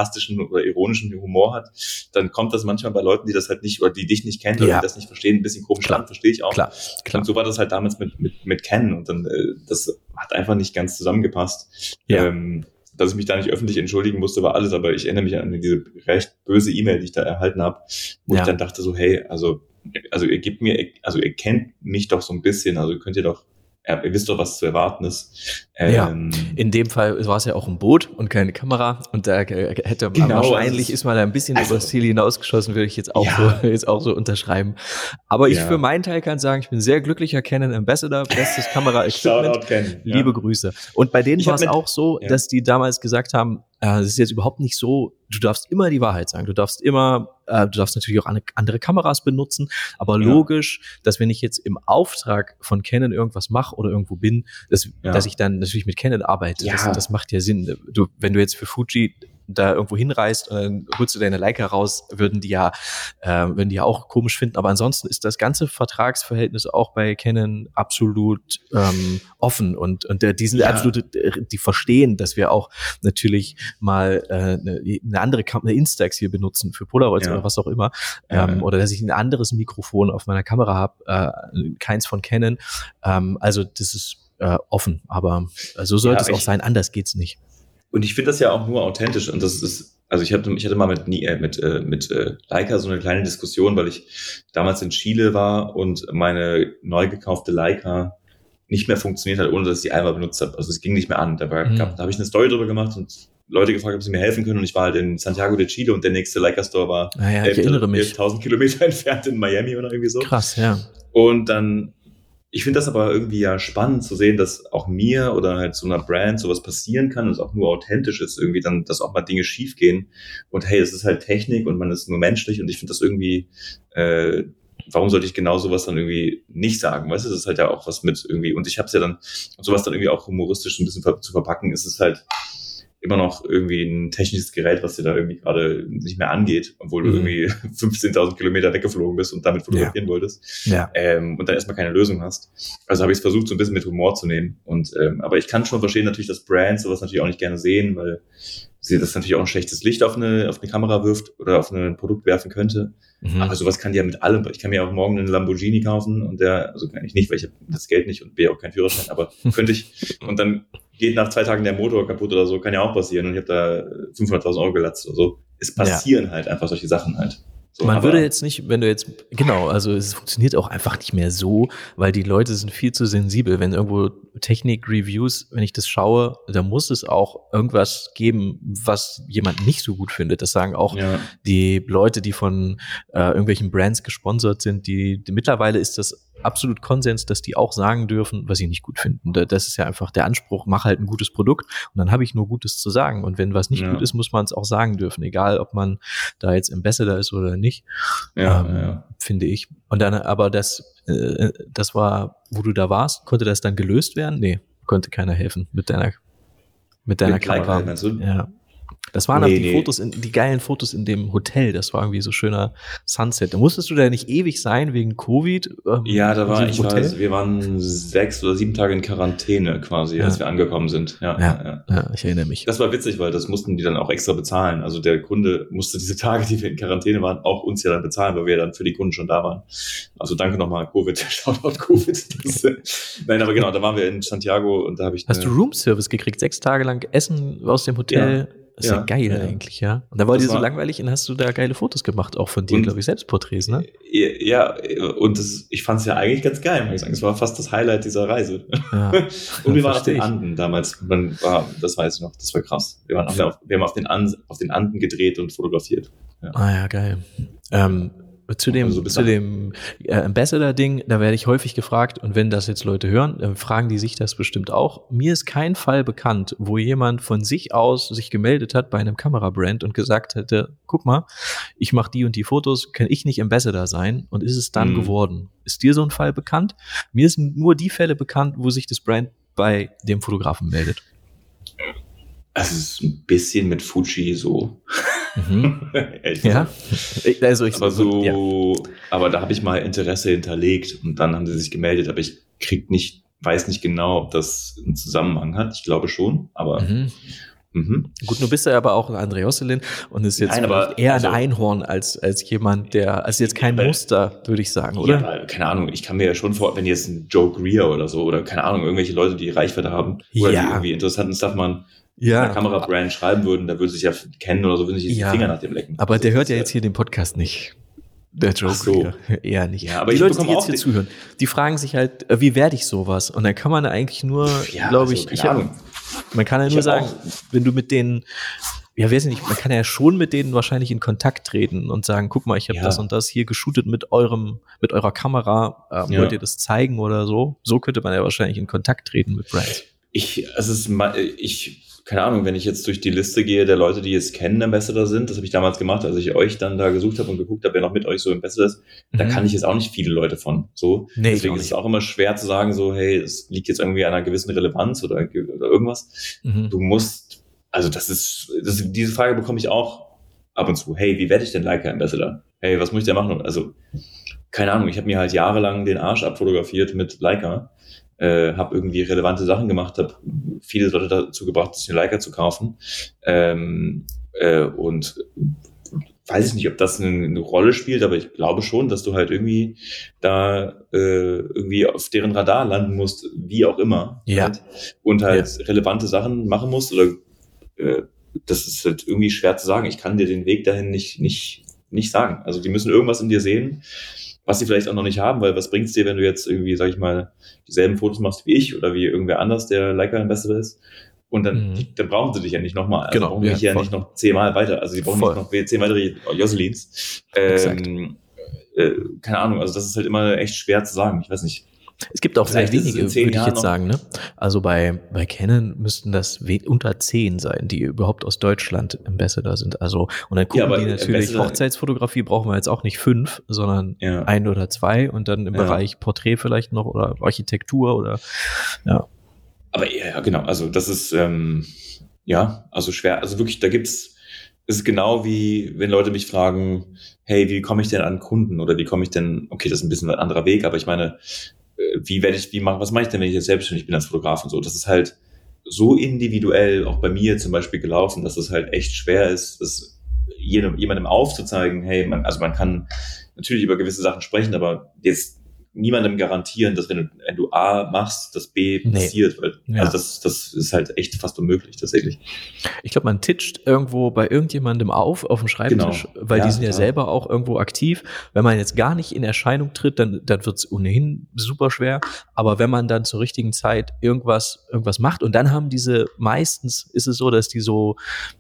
sarkastischen oder ironischen Humor hat, dann kommt das manchmal bei Leuten, die das halt nicht, oder die dich nicht kennen oder Ja. die das nicht verstehen, ein bisschen komisch Klar. an, verstehe ich auch. Klar, klar. Und so war das halt damals mit, mit, mit Ken und dann, äh, das hat einfach nicht ganz zusammengepasst. Ja. Ähm, dass ich mich da nicht öffentlich entschuldigen musste, war alles, aber ich erinnere mich an diese recht böse E-Mail, die ich da erhalten habe, wo Ja. ich dann dachte so, hey, also, also ihr gebt mir, also ihr kennt mich doch so ein bisschen, also könnt ihr doch, ja, ihr wisst doch, was zu erwarten ist. Ähm, ja, in dem Fall war es ja auch ein Boot und keine Kamera und da hätte Genau, wahrscheinlich also, ist man da ein bisschen also, über das Ziel hinausgeschossen, würde ich jetzt auch, ja. so, jetzt auch so unterschreiben. Aber ich Ja. für meinen Teil kann sagen, ich bin sehr glücklicher Canon Ambassador, bestes Kamera-Equipment, Shoutout Ken, ja. liebe Grüße. Und bei denen Ich war hab es mit- auch so, ja. dass die damals gesagt haben, äh, es ist jetzt überhaupt nicht so, du darfst immer die Wahrheit sagen, du darfst immer, äh, du darfst natürlich auch eine, andere Kameras benutzen, aber Ja. logisch, dass wenn ich jetzt im Auftrag von Canon irgendwas mache oder irgendwo bin, dass, Ja. dass ich dann natürlich mit Canon arbeite. Ja. Das, das macht ja Sinn. Du, wenn du jetzt für Fuji da irgendwo hinreist und dann holst du deine Leica raus, würden die ja, äh, würden die ja auch komisch finden. Aber ansonsten ist das ganze Vertragsverhältnis auch bei Canon absolut ähm, offen und und äh, die sind Ja. absolut, die verstehen, dass wir auch natürlich mal äh, eine, eine andere Kam- eine Instax hier benutzen für Polaroids Ja. oder was auch immer, Ja, ähm, ja. oder dass ich ein anderes Mikrofon auf meiner Kamera habe, äh, keins von Canon. Ähm, also das ist äh, offen, aber äh, so sollte Ja, es auch ich- sein. Anders geht's nicht. Und ich finde das ja auch nur authentisch und das ist, also ich hatte, ich hatte mal mit, Nie- äh, mit, äh, mit äh, Leica so eine kleine Diskussion, weil ich damals in Chile war und meine neu gekaufte Leica nicht mehr funktioniert hat, ohne dass ich die einmal benutzt habe. Also es ging nicht mehr an. Da, war, Mhm. gab, da habe ich eine Story drüber gemacht und Leute gefragt, ob sie mir helfen können und ich war halt in Santiago de Chile und der nächste Leica Store war Naja, ich erinnere mich. tausend Kilometer entfernt in Miami oder irgendwie so. Krass, ja. Und dann, ich finde das aber irgendwie ja spannend zu sehen, dass auch mir oder halt so einer Brand sowas passieren kann und es auch nur authentisch ist, irgendwie dann, dass auch mal Dinge schief gehen. Und hey, es ist halt Technik und man ist nur menschlich und ich finde das irgendwie, äh, warum sollte ich genau sowas dann irgendwie nicht sagen? Weißt du, das ist halt ja auch was mit irgendwie, und ich habe es ja dann, und sowas dann irgendwie auch humoristisch so ein bisschen ver- zu verpacken, ist es halt immer noch irgendwie ein technisches Gerät, was dir da irgendwie gerade nicht mehr angeht, obwohl Mhm. du irgendwie fünfzehntausend Kilometer weggeflogen bist und damit fotografieren wolltest. Ja. Ähm, und dann erstmal keine Lösung hast. Also habe ich es versucht, so ein bisschen mit Humor zu nehmen. Und ähm, aber ich kann schon verstehen natürlich, dass Brands sowas natürlich auch nicht gerne sehen, weil sie das natürlich auch ein schlechtes Licht auf eine auf eine Kamera wirft oder auf ein Produkt werfen könnte. Mhm. Aber sowas kann die ja mit allem. Ich kann mir auch morgen einen Lamborghini kaufen und der, also kann ich nicht, weil ich habe das Geld nicht und will ja auch keinen Führerschein, aber könnte ich. Und dann geht nach zwei Tagen der Motor kaputt oder so, kann ja auch passieren. Und ich habe da fünfhunderttausend Euro gelatzt oder so. Es passieren halt einfach solche Sachen halt. So, Man aber- würde jetzt nicht, wenn du jetzt, genau, also es funktioniert auch einfach nicht mehr so, weil die Leute sind viel zu sensibel. Wenn irgendwo Technik-Reviews, wenn ich das schaue, da muss es auch irgendwas geben, was jemand nicht so gut findet. Das sagen auch Ja. die Leute, die von äh, irgendwelchen Brands gesponsert sind, die, die mittlerweile ist das absolut Konsens, dass die auch sagen dürfen, was sie nicht gut finden. Da- Das ist ja einfach der Anspruch, mach halt ein gutes Produkt und dann habe ich nur Gutes zu sagen. Und wenn was nicht Ja. gut ist, muss man es auch sagen dürfen, egal ob man da jetzt Ambassador ist oder nicht, Ja, ähm, ja. finde ich. Und dann, aber das, äh, das war, wo du da warst, konnte das dann gelöst werden? Nee, konnte keiner helfen mit deiner, mit deiner Mit Leica, Kamera. meinst du? Ja. Das waren Nee, auch die nee. Fotos, in, die geilen Fotos in dem Hotel. Das war irgendwie so schöner Sunset. Da musstest du da nicht ewig sein wegen Covid. Ähm, Ja, da in war diesem ich war, Hotel? wir waren sechs oder sieben Tage in Quarantäne quasi, Ja. als wir angekommen sind. Ja, ja. Ja, ja. ja, ich erinnere mich. Das war witzig, weil das mussten die dann auch extra bezahlen. Also der Kunde musste diese Tage, die wir in Quarantäne waren, auch uns ja dann bezahlen, weil wir ja dann für die Kunden schon da waren. Also danke nochmal, Covid. Shoutout Covid. Das, äh, Nein, aber genau, da waren wir in Santiago und da habe ich Hast du eine- Roomservice gekriegt? Sechs Tage lang Essen aus dem Hotel? Das ist ja, Ja, geil ja. eigentlich, ja. Und da war Das dir so war- langweilig und hast du da geile Fotos gemacht, auch von dir, Und- glaube ich, Selbstporträts, ne? Ja, und das, ich fand es ja eigentlich ganz geil, muss ich sagen. Es war fast das Highlight dieser Reise. Ja. Und wir waren auf Versteh den ich. Anden damals. Man war, das weiß ich noch, das war krass. Wir, waren auf, der, wir haben auf den, An, auf den Anden gedreht und fotografiert. Ah ja, geil. Ähm, zu dem, Also bis zu nach- dem äh, Ambassador-Ding, da werde ich häufig gefragt, und wenn das jetzt Leute hören, dann fragen die sich das bestimmt auch. Mir ist kein Fall bekannt, wo jemand von sich aus sich gemeldet hat bei einem Kamerabrand und gesagt hätte, guck mal, ich mache die und die Fotos, kann ich nicht Ambassador sein? Und ist es dann Mhm. geworden? Ist dir so ein Fall bekannt? Mir sind nur die Fälle bekannt, wo sich das Brand bei dem Fotografen meldet. Also es ist ein bisschen mit Fuji so. Mhm. Ehrlich Ja, gesagt. Ich- also ich Aber so, ja. aber da habe ich mal Interesse hinterlegt und dann haben sie sich gemeldet, aber ich krieg nicht, weiß nicht genau, ob das einen Zusammenhang hat. Ich glaube schon, aber Mhm. Mhm. Gut, du bist ja aber auch ein André Josselin und ist jetzt Nein, aber, eher also, ein Einhorn als, als jemand, der, also jetzt kein aber, Muster, würde ich sagen, ja, oder? aber, keine Ahnung, ich kann mir ja schon vor, wenn jetzt ein Joe Greer oder so, oder keine Ahnung, irgendwelche Leute, die Reichweite haben, oder Ja. die irgendwie interessanten Stuff man Ja. einer Kamerabrand schreiben würden, da würde sich ja kennen oder so, würden sich jetzt Ja. die Finger nach dem lecken. Aber Also, der das hört ist ja ja- jetzt hier den Podcast nicht. Der Joe Ach so. Greer. Eher nicht. Ja, aber die ich Leute, die bekomme jetzt auch hier die- zuhören, die fragen sich halt, äh, wie werde ich sowas? Und dann kann man eigentlich nur, Ja, glaube also, ich, keine ich hab, Ahnung. man kann ja Ich nur hab sagen, auch- wenn du mit denen, ja, weiß ich nicht, man kann ja schon mit denen wahrscheinlich in Kontakt treten und sagen, guck mal, ich habe Ja. das und das hier geshootet mit eurem, mit eurer Kamera, ähm, Ja. wollt ihr das zeigen oder so? So könnte man ja wahrscheinlich in Kontakt treten mit Brands. Ich, es ist, ma- ich, keine Ahnung, wenn ich jetzt durch die Liste gehe der Leute, die jetzt kennen, Ambassador sind, das habe ich damals gemacht, als ich euch dann da gesucht habe und geguckt habe, wer noch mit euch so Ambassador ist, da Mhm. kann ich jetzt auch nicht viele Leute von, so. Nee, ich Deswegen auch ist es nicht. auch immer schwer zu sagen, so, hey, es liegt jetzt irgendwie an einer gewissen Relevanz oder, oder irgendwas. Mhm. Du musst, also das ist, das ist, diese Frage bekomme ich auch ab und zu. Hey, wie werde ich denn Leica Ambassador? Hey, was muss ich denn machen? Also, keine Ahnung, ich habe mir halt jahrelang den Arsch abfotografiert mit Leica, äh, habe irgendwie relevante Sachen gemacht, habe viele Leute dazu gebracht, sich eine Leica zu kaufen, ähm, äh, und weiß ich nicht, ob das eine, eine Rolle spielt, aber ich glaube schon, dass du halt irgendwie da äh, irgendwie auf deren Radar landen musst, wie auch immer, Ja. halt, und halt relevante Sachen machen musst oder äh, das ist halt irgendwie schwer zu sagen. Ich kann dir den Weg dahin nicht nicht nicht sagen. Also die müssen irgendwas in dir sehen, was sie vielleicht auch noch nicht haben, weil was bringt's dir, wenn du jetzt irgendwie, sag ich mal, dieselben Fotos machst wie ich oder wie irgendwer anders, der Leica Ambassador ist, und dann, Mhm. die, dann brauchen sie dich ja nicht nochmal. Also Genau, brauchen die ja, dich ja voll. nicht noch zehnmal weiter. Also die brauchen Voll. nicht noch zehn weitere Josselins. Exakt. Ähm, äh, keine Ahnung, also das ist halt immer echt schwer zu sagen. Ich weiß nicht. Es gibt auch sehr Vielleicht ist es wenige, in zehn würde ich Jahren jetzt noch- sagen. Ne? Also bei, bei Canon müssten das we- unter zehn sein, die überhaupt aus Deutschland Ambassador sind. Also, und dann gucken Ja, aber die natürlich, Ambassador- Hochzeitsfotografie brauchen wir jetzt auch nicht fünf, sondern Ja. ein oder zwei und dann im Ja. Bereich Porträt vielleicht noch oder Architektur oder, ja. Aber ja, ja, genau, also das ist, ähm, ja, also schwer, also wirklich, da gibt's, es ist genau wie, wenn Leute mich fragen, hey, wie komme ich denn an Kunden oder wie komme ich denn, okay, das ist ein bisschen ein anderer Weg, aber ich meine, äh, wie werde ich, wie mache, was mache ich denn, wenn ich jetzt selbstständig bin als Fotograf und so, das ist halt so individuell auch bei mir zum Beispiel gelaufen, dass es halt echt schwer ist, das jedem, jemandem aufzuzeigen, hey, man, also man kann natürlich über gewisse Sachen sprechen, aber jetzt niemandem garantieren, dass wenn du, wenn du A machst, dass B Nee. passiert. Weil, Ja. Also das, das ist halt echt fast unmöglich, tatsächlich. Ich glaube, man titscht irgendwo bei irgendjemandem auf, auf dem Schreibtisch, Genau. weil Ja, die sind ja total. selber auch irgendwo aktiv. Wenn man jetzt gar nicht in Erscheinung tritt, dann, dann wird es ohnehin super schwer. Aber wenn man dann zur richtigen Zeit irgendwas, irgendwas macht und dann haben diese, meistens ist es so, dass die so,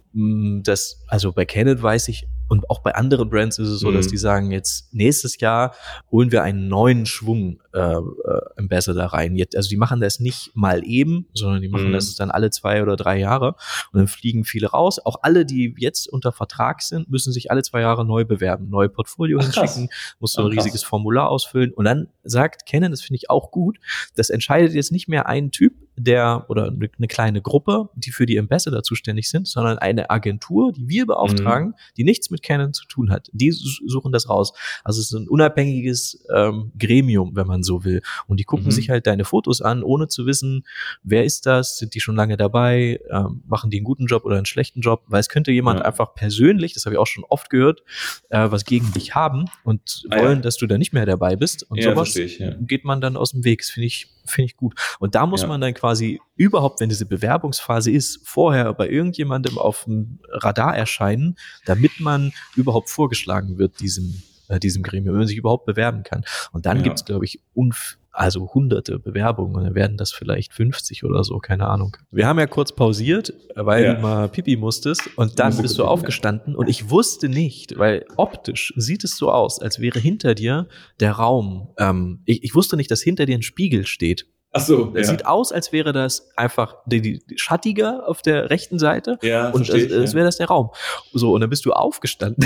mh, das, also bei Canon weiß ich, und auch bei anderen Brands ist es so, Mhm. dass die sagen, jetzt nächstes Jahr holen wir einen neuen Schwung äh, äh, Ambassador rein. Jetzt, also die machen das nicht mal eben, sondern die machen Mhm. das dann alle zwei oder drei Jahre und dann fliegen viele raus. Auch alle, die jetzt unter Vertrag sind, müssen sich alle zwei Jahre neu bewerben, neue Portfolio Ach, krass. hinschicken, musst du Ah, ein krass. riesiges Formular ausfüllen und dann sagt Canon, das finde ich auch gut, das entscheidet jetzt nicht mehr ein Typ, der oder eine eine kleine Gruppe, die für die Ambassador zuständig sind, sondern eine Agentur, die wir beauftragen, Mhm. die nichts mit Canon zu tun hat. Die su- suchen das raus. Also es ist ein unabhängiges ähm, Gremium, wenn man so will. Und die gucken Mhm. sich halt deine Fotos an, ohne zu wissen, wer ist das, sind die schon lange dabei, ähm, machen die einen guten Job oder einen schlechten Job, weil es könnte jemand Ja. einfach persönlich, das habe ich auch schon oft gehört, äh, was gegen dich haben und Ah, ja. wollen, dass du da nicht mehr dabei bist. Und Ja, sowas verstehe ich, ja. geht man dann aus dem Weg. Das finde ich, finde ich gut. Und da muss Ja. man dann quasi überhaupt, wenn diese Bewerbungsphase ist, vorher bei irgendjemandem auf dem Radar erscheinen, damit man überhaupt vorgeschlagen wird, diesem, äh, diesem Gremium, wenn man sich überhaupt bewerben kann. Und dann Ja. gibt's, glaube ich, unf also hunderte Bewerbungen und dann werden das vielleicht fünfzig oder so, keine Ahnung. Wir haben ja kurz pausiert, weil Ja. du mal Pipi musstest und dann Musste bist du kurz, ja. aufgestanden und ich wusste nicht, weil optisch sieht es so aus, als wäre hinter dir der Raum. Ähm, ich, ich wusste nicht, dass hinter dir ein Spiegel steht. Ach so, Es ja. sieht aus, als wäre das einfach die, die, die schattiger auf der rechten Seite Ja, und verstehe es, ich, es ja. wäre das der Raum. So, und dann bist du aufgestanden.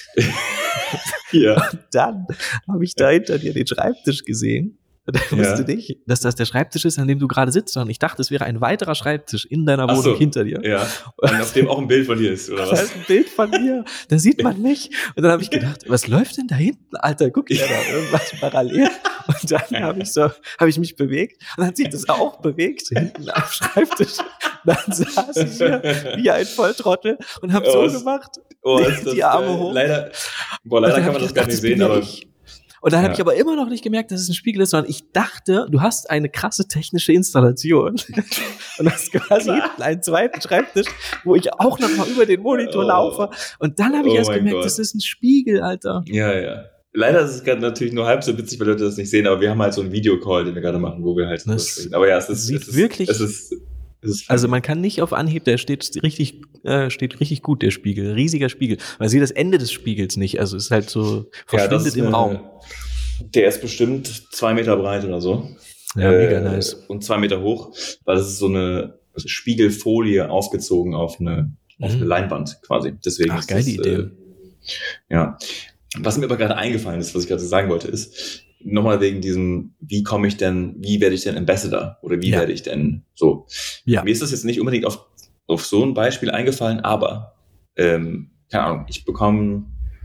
Ja. Dann habe ich da hinter dir den Schreibtisch gesehen. Und dann Ja. wusste ich, dass das der Schreibtisch ist, an dem du gerade sitzt. Und ich dachte, es wäre ein weiterer Schreibtisch in deiner Ach Wohnung so, hinter dir. Ja. Und auf dem auch ein Bild von dir ist, oder Da was? ist ein Bild von mir, da sieht man mich. Und dann habe ich gedacht, was läuft denn da hinten, Alter? Guck dir da irgendwas parallel. Und dann habe ich so, habe ich mich bewegt und dann hat sich das auch bewegt, hinten am Schreibtisch. Dann saß ich hier wie ein Volltrottel und habe Oh, so gemacht, Oh, die, ist das die Arme geil. hoch. Leider, boah, leider kann man das gar nicht sehen, aber. Und dann Ja. habe ich aber immer noch nicht gemerkt, dass es ein Spiegel ist, sondern ich dachte, du hast eine krasse technische Installation und hast quasi hinten einen zweiten Schreibtisch, wo ich auch noch mal über den Monitor Oh. laufe. Und dann habe ich Oh erst mein gemerkt, Gott. das ist ein Spiegel, Alter. Ja, ja. Leider ist es gerade natürlich nur halb so witzig, weil Leute das nicht sehen, aber wir haben halt so einen Videocall, den wir gerade machen, wo wir halt drüber Das sprechen. Aber ja, es ist, sieht es ist wirklich- es ist, es ist Also man kann nicht auf Anhieb, der steht richtig, äh, steht richtig gut, der Spiegel, riesiger Spiegel. Man sieht das Ende des Spiegels nicht, also es ist halt so, verschwindet ja, das ist im eine, Raum. Der ist bestimmt zwei Meter breit oder so. Ja, mega nice. Und zwei Meter hoch, weil das ist so eine Spiegelfolie aufgezogen auf eine, auf Mhm. eine Leinwand quasi. Deswegen Ach, ist geile das, Idee. Äh, ja. Was mir aber gerade eingefallen ist, was ich gerade sagen wollte, ist, nochmal wegen diesem, wie komme ich denn, wie werde ich denn Ambassador? Oder wie Ja. werde ich denn so? Ja. Mir ist das jetzt nicht unbedingt auf, auf so ein Beispiel eingefallen, aber, ähm, keine Ahnung, ich bekomme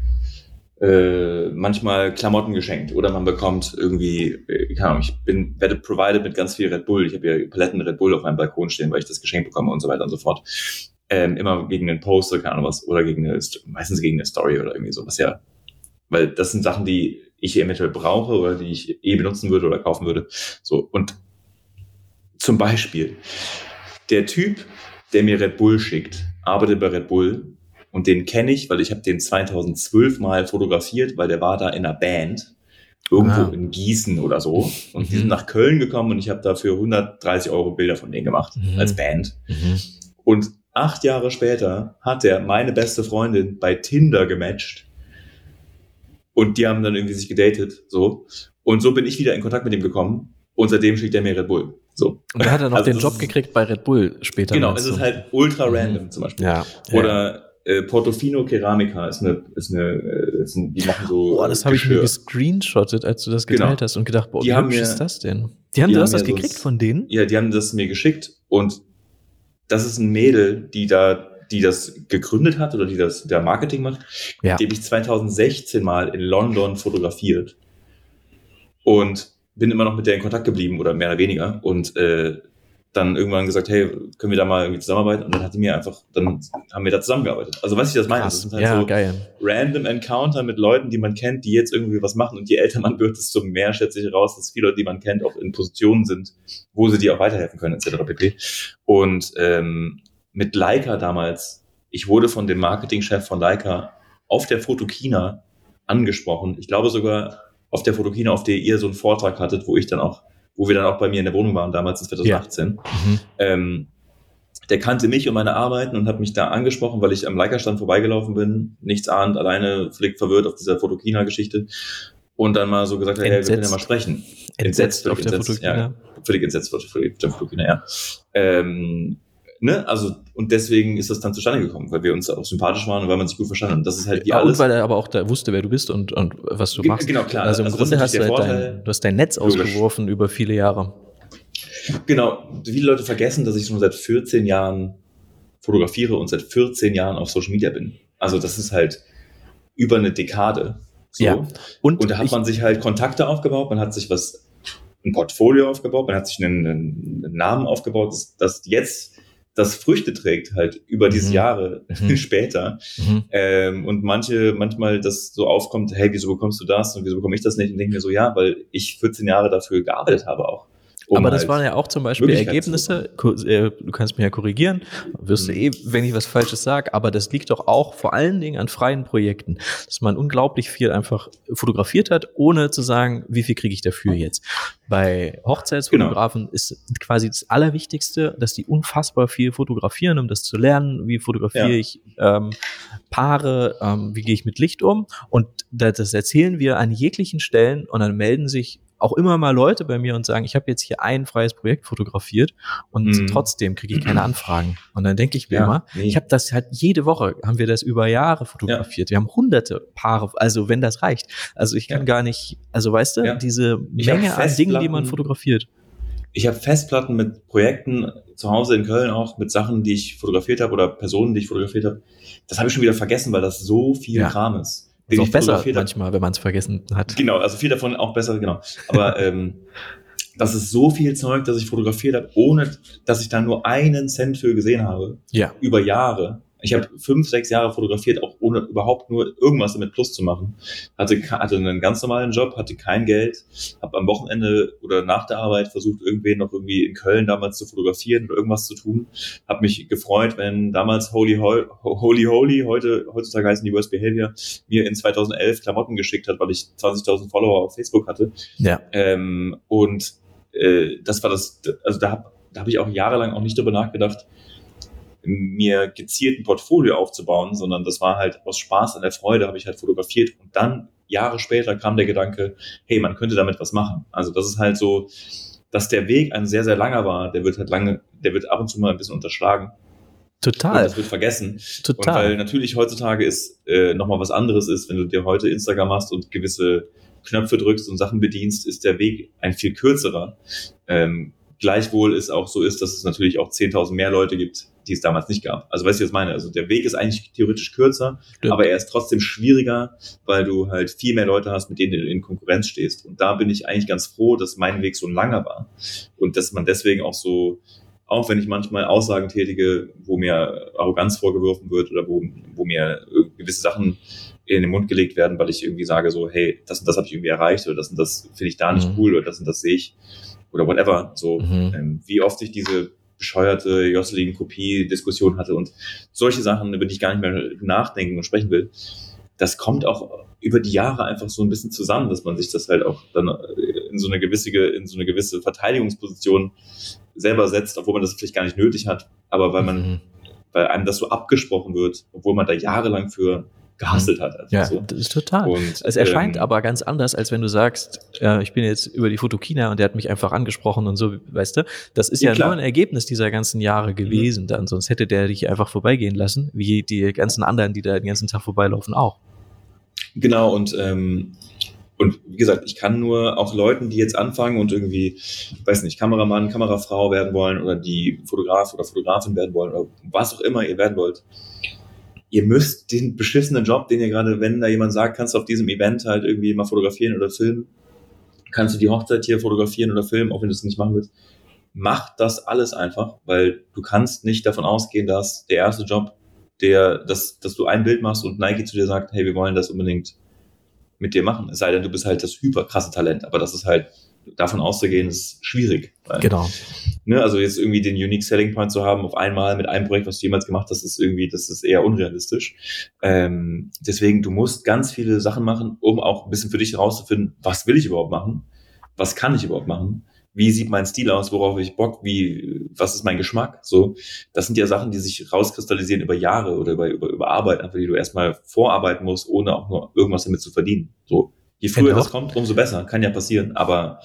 äh, manchmal Klamotten geschenkt oder man bekommt irgendwie, äh, keine Ahnung, ich bin, werde provided mit ganz viel Red Bull. Ich habe ja Paletten Red Bull auf meinem Balkon stehen, weil ich das Geschenk bekomme und so weiter und so fort. Ähm, immer gegen einen Post oder keine Ahnung was, oder gegen eine, meistens gegen eine Story oder irgendwie sowas, ja. Weil das sind Sachen, die ich eventuell brauche oder die ich eh benutzen würde oder kaufen würde. So, und zum Beispiel, der Typ, der mir Red Bull schickt, arbeitet bei Red Bull und den kenne ich, weil ich habe den zweitausendzwölf mal fotografiert, weil der war da in einer Band, irgendwo Ah. in Gießen oder so. Und die Mhm. sind nach Köln gekommen und ich habe dafür hundertdreißig Euro Bilder von denen gemacht, Mhm. als Band. Mhm. Und acht Jahre später hat er meine beste Freundin bei Tinder gematcht. Und die haben dann irgendwie sich gedatet, so. Und so bin ich wieder in Kontakt mit ihm gekommen. Und seitdem schickt er mir Red Bull. So. Und da hat er noch Also den das Job ist- gekriegt bei Red Bull später. Genau, es meinst ist du? halt ultra Mhm. random zum Beispiel. Ja. ja. Oder äh, Portofino Keramica ist eine, ist eine, äh, ist ein, die machen so. Boah, das habe ich mir Geschirr. gescreenshottet, als du das geteilt Genau. hast und gedacht, boah, Die wie haben hübsch mir- ist das denn? Die haben, die du haben hast das mir so gekriegt ein- von denen? Ja, die haben das mir geschickt und das ist ein Mädel, die da, die das gegründet hat oder die das, der Marketing macht. Ja. Die habe ich zweitausendsechzehn mal in London fotografiert und bin immer noch mit der in Kontakt geblieben oder mehr oder weniger und äh, dann irgendwann gesagt, hey, können wir da mal irgendwie zusammenarbeiten? Und dann hat die mir einfach, dann haben wir da zusammengearbeitet. Also was ich das meine, das Krass. sind halt Ja, so geil. random Encounter mit Leuten, die man kennt, die jetzt irgendwie was machen und je älter man wird, desto mehr stellt sich heraus, dass viele Leute, die man kennt, auch in Positionen sind, wo sie dir auch weiterhelfen können, et cetera pp. Und ähm, mit Leica damals, ich wurde von dem Marketingchef von Leica auf der Fotokina angesprochen. Ich glaube sogar auf der Fotokina, auf der ihr so einen Vortrag hattet, wo ich dann auch, wo wir dann auch bei mir in der Wohnung waren, damals in zweitausendachtzehn. Mhm. Ähm, der kannte mich und meine Arbeiten und hat mich da angesprochen, weil ich am Leica-Stand vorbeigelaufen bin, nichts ahnt, alleine völlig verwirrt auf dieser Fotokina-Geschichte und dann mal so gesagt, hey, wir können ja mal sprechen. Entsetzt auf völlig der entsetzt, Fotokina. Ja, völlig entsetzt auf der Fotokina, ja. Ähm, ne, also, und deswegen ist das dann zustande gekommen, weil wir uns auch sympathisch waren und weil man sich gut verstanden hat. Und das ist halt wie Ja, alles. und weil er aber auch da wusste, wer du bist und, und was du Ge- machst. genau, klar. Also im Also das Grunde ist hast du natürlich halt der dein, Vorteil. du hast dein Netz Logisch. ausgeworfen über viele Jahre. Genau, viele Leute vergessen, dass ich schon seit vierzehn Jahren fotografiere und seit vierzehn Jahren auf Social Media bin. Also das ist halt über eine Dekade. So. Ja. Und, Und da hat ich, man sich halt Kontakte aufgebaut, man hat sich was, ein Portfolio aufgebaut, man hat sich einen, einen, einen Namen aufgebaut, das, das jetzt das Früchte trägt halt über diese Mhm. Jahre Mhm. später. Mhm. Ähm, und manche, manchmal das so aufkommt, hey, wieso bekommst du das und wieso bekomme ich das nicht? Und denke mir so, ja, weil ich vierzehn Jahre dafür gearbeitet habe auch. Um aber das halt waren ja auch zum Beispiel Möglichkeiten Ergebnisse, Ko- äh, du kannst mich ja korrigieren, wirst du Mhm. eh, wenn ich was Falsches sage, aber das liegt doch auch vor allen Dingen an freien Projekten, dass man unglaublich viel einfach fotografiert hat, ohne zu sagen, wie viel kriege ich dafür jetzt. Bei Hochzeitsfotografen ist quasi das Allerwichtigste, dass die unfassbar viel fotografieren, um das zu lernen, wie fotografiere Ja. ich ähm, Paare, ähm, wie gehe ich mit Licht um, und das, das erzählen wir an jeglichen Stellen und dann melden sich auch immer mal Leute bei mir und sagen, ich habe jetzt hier ein freies Projekt fotografiert und Mhm. trotzdem kriege ich keine Anfragen. Und dann denke ich mir Ja, immer, nee. ich habe das halt jede Woche, haben wir das über Jahre fotografiert. Wir haben hunderte Paare, also wenn das reicht. Also ich kann Ja. gar nicht, also weißt du, Ja. diese Ich hab Menge an Dingen, die man Festplatten- fotografiert. Ich habe Festplatten mit Projekten zu Hause in Köln auch, mit Sachen, die ich fotografiert habe oder Personen, die ich fotografiert habe. Das habe ich schon wieder vergessen, weil das so viel Ja. Kram ist. ist auch besser fotografiert habe. Manchmal, wenn man es vergessen hat. Genau, also viel davon auch besser, genau. Aber ähm, das ist so viel Zeug, das ich fotografiert habe, ohne dass ich da nur einen Cent für gesehen habe. Ja. Über Jahre. Ich habe fünf, sechs Jahre fotografiert, auch ohne überhaupt nur irgendwas damit Plus zu machen. Hatte, hatte einen ganz normalen Job, hatte kein Geld, habe am Wochenende oder nach der Arbeit versucht, irgendwen noch irgendwie in Köln damals zu fotografieren oder irgendwas zu tun. Habe mich gefreut, wenn damals Holy Holy, Holy, Holy heute, heutzutage heißen die Worst Behavior, mir in zweitausendelf Klamotten geschickt hat, weil ich zwanzigtausend Follower auf Facebook hatte. Ja. Ähm, und äh, das war das, also da habe da hab ich auch jahrelang auch nicht drüber nachgedacht, mir gezielt ein Portfolio aufzubauen, sondern das war halt aus Spaß an der Freude, habe ich halt fotografiert und dann Jahre später kam der Gedanke, hey, man könnte damit was machen. Also das ist halt so, dass der Weg ein sehr, sehr langer war, der wird halt lange, der wird ab und zu mal ein bisschen unterschlagen. Total. Und das wird vergessen. Total. Und weil natürlich heutzutage ist äh, nochmal was anderes ist, wenn du dir heute Instagram machst und gewisse Knöpfe drückst und Sachen bedienst, ist der Weg ein viel kürzerer. Ähm, gleichwohl es auch so ist, dass es natürlich auch zehntausend mehr Leute gibt, die es damals nicht gab. Also weißt du, was ich meine? Also der Weg ist eigentlich theoretisch kürzer, Stimmt. aber er ist trotzdem schwieriger, weil du halt viel mehr Leute hast, mit denen du in Konkurrenz stehst. Und da bin ich eigentlich ganz froh, dass mein Weg so langer war. Und dass man deswegen auch so, auch wenn ich manchmal Aussagen tätige, wo mir Arroganz vorgeworfen wird oder wo, wo mir gewisse Sachen in den Mund gelegt werden, weil ich irgendwie sage so, hey, das und das habe ich irgendwie erreicht oder das und das finde ich da nicht mhm. cool oder das und das sehe ich oder whatever. So, mhm. ähm, wie oft ich diese bescheuerte Josselin-Kopie-Diskussion hatte und solche Sachen, über die ich gar nicht mehr nachdenken und sprechen will, das kommt auch über die Jahre einfach so ein bisschen zusammen, dass man sich das halt auch dann in so eine gewisse, in so eine gewisse Verteidigungsposition selber setzt, obwohl man das vielleicht gar nicht nötig hat, aber weil man, mhm. weil einem das so abgesprochen wird, obwohl man da jahrelang für gehustelt hat. Also ja, so. Das ist total. Und, es erscheint ähm, aber ganz anders, als wenn du sagst, äh, ich bin jetzt über die Fotokina und der hat mich einfach angesprochen und so, weißt du. Das ist ja, ja nur ein Ergebnis dieser ganzen Jahre gewesen mhm. dann, sonst hätte der dich einfach vorbeigehen lassen, wie die ganzen anderen, die da den ganzen Tag vorbeilaufen auch. Genau, und ähm, und wie gesagt, ich kann nur auch Leuten, die jetzt anfangen und irgendwie, weiß nicht, Kameramann, Kamerafrau werden wollen oder die Fotograf oder Fotografin werden wollen oder was auch immer ihr werden wollt, ihr müsst den beschissenen Job, den ihr gerade, wenn da jemand sagt, kannst du auf diesem Event halt irgendwie mal fotografieren oder filmen, kannst du die Hochzeit hier fotografieren oder filmen, auch wenn du es nicht machen willst, mach das alles einfach, weil du kannst nicht davon ausgehen, dass der erste Job, der, dass, dass du ein Bild machst und Nike zu dir sagt, hey, wir wollen das unbedingt mit dir machen, es sei denn, du bist halt das hyperkrasse Talent, aber das ist halt, davon auszugehen, ist schwierig. Weil, genau. Ne, also jetzt irgendwie den Unique Selling Point zu haben auf einmal mit einem Projekt, was du jemals gemacht hast, ist irgendwie, das ist eher unrealistisch. Ähm, deswegen, du musst ganz viele Sachen machen, um auch ein bisschen für dich herauszufinden, was will ich überhaupt machen? Was kann ich überhaupt machen? Wie sieht mein Stil aus? Worauf habe ich Bock? Wie, was ist mein Geschmack? So, das sind ja Sachen, die sich rauskristallisieren über Jahre oder über, über, über Arbeit, einfach die du erstmal vorarbeiten musst, ohne auch nur irgendwas damit zu verdienen. So, je früher genau. das kommt, umso besser. Kann ja passieren, aber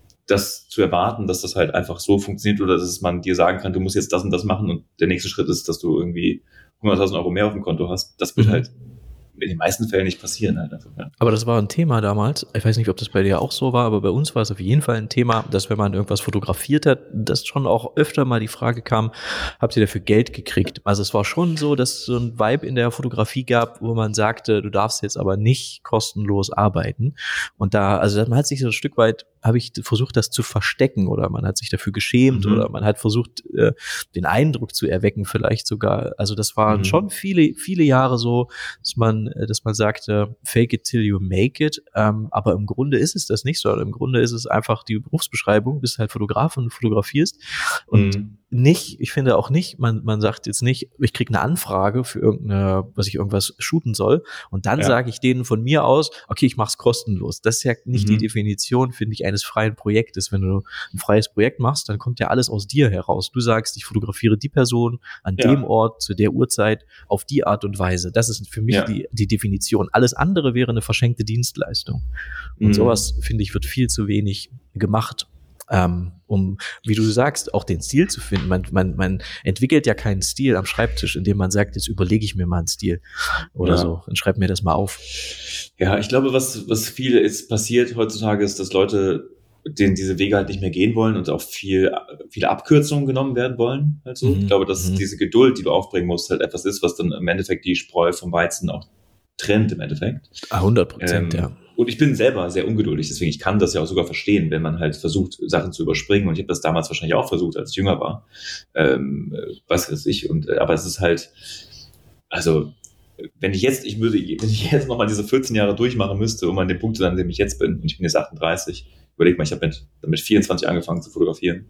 das zu erwarten, dass das halt einfach so funktioniert oder dass man dir sagen kann, du musst jetzt das und das machen und der nächste Schritt ist, dass du irgendwie hunderttausend Euro mehr auf dem Konto hast, das wird mhm. halt in den meisten Fällen nicht passieren halt einfach. Ja. Aber das war ein Thema damals, ich weiß nicht, ob das bei dir auch so war, aber bei uns war es auf jeden Fall ein Thema, dass wenn man irgendwas fotografiert hat, dass schon auch öfter mal die Frage kam, habt ihr dafür Geld gekriegt? Also es war schon so, dass es so ein Vibe in der Fotografie gab, wo man sagte, du darfst jetzt aber nicht kostenlos arbeiten. Und da, also man hat sich so ein Stück weit, habe ich versucht, das zu verstecken oder man hat sich dafür geschämt mhm. oder man hat versucht, äh, den Eindruck zu erwecken vielleicht sogar. Also das waren mhm. schon viele, viele Jahre so, dass man dass man sagte, fake it till you make it, ähm, aber im Grunde ist es das nicht so, im Grunde ist es einfach die Berufsbeschreibung, du bist halt Fotograf und du fotografierst und mhm. nicht, ich finde auch nicht, man man sagt jetzt nicht, ich kriege eine Anfrage für irgendeine, was ich irgendwas shooten soll und dann ja. sage ich denen von mir aus, okay, ich mach's kostenlos. Das ist ja nicht mhm. die Definition, finde ich, eines freien Projektes. Wenn du ein freies Projekt machst, dann kommt ja alles aus dir heraus. Du sagst, ich fotografiere die Person an ja. dem Ort, zu der Uhrzeit, auf die Art und Weise. Das ist für mich ja. die, die Definition. Alles andere wäre eine verschenkte Dienstleistung. Und mhm. sowas, finde ich, wird viel zu wenig gemacht. Ähm, um, wie du sagst, auch den Stil zu finden. Man, man, man entwickelt ja keinen Stil am Schreibtisch, indem man sagt, jetzt überlege ich mir mal einen Stil oder ja. so. Dann schreib mir das mal auf. Ja, ich glaube, was, was viel jetzt passiert heutzutage ist, dass Leute den diese Wege halt nicht mehr gehen wollen und auch viel, viele Abkürzungen genommen werden wollen. Halt so. Mhm. Ich glaube, dass mhm. diese Geduld, die du aufbringen musst, halt etwas ist, was dann im Endeffekt die Spreu vom Weizen auch Trend im Endeffekt. Ah, hundert Prozent, ähm, ja. Und ich bin selber sehr ungeduldig, deswegen ich kann das ja auch sogar verstehen, wenn man halt versucht, Sachen zu überspringen. Und ich habe das damals wahrscheinlich auch versucht, als ich jünger war. Ähm, was weiß ich. Und, aber es ist halt, also, wenn ich jetzt, ich würde, wenn ich jetzt nochmal diese vierzehn Jahre durchmachen müsste, um an dem Punkt zu sein, an dem ich jetzt bin, und ich bin jetzt achtunddreißig, überleg mal, ich habe mit, mit vierundzwanzig angefangen zu fotografieren,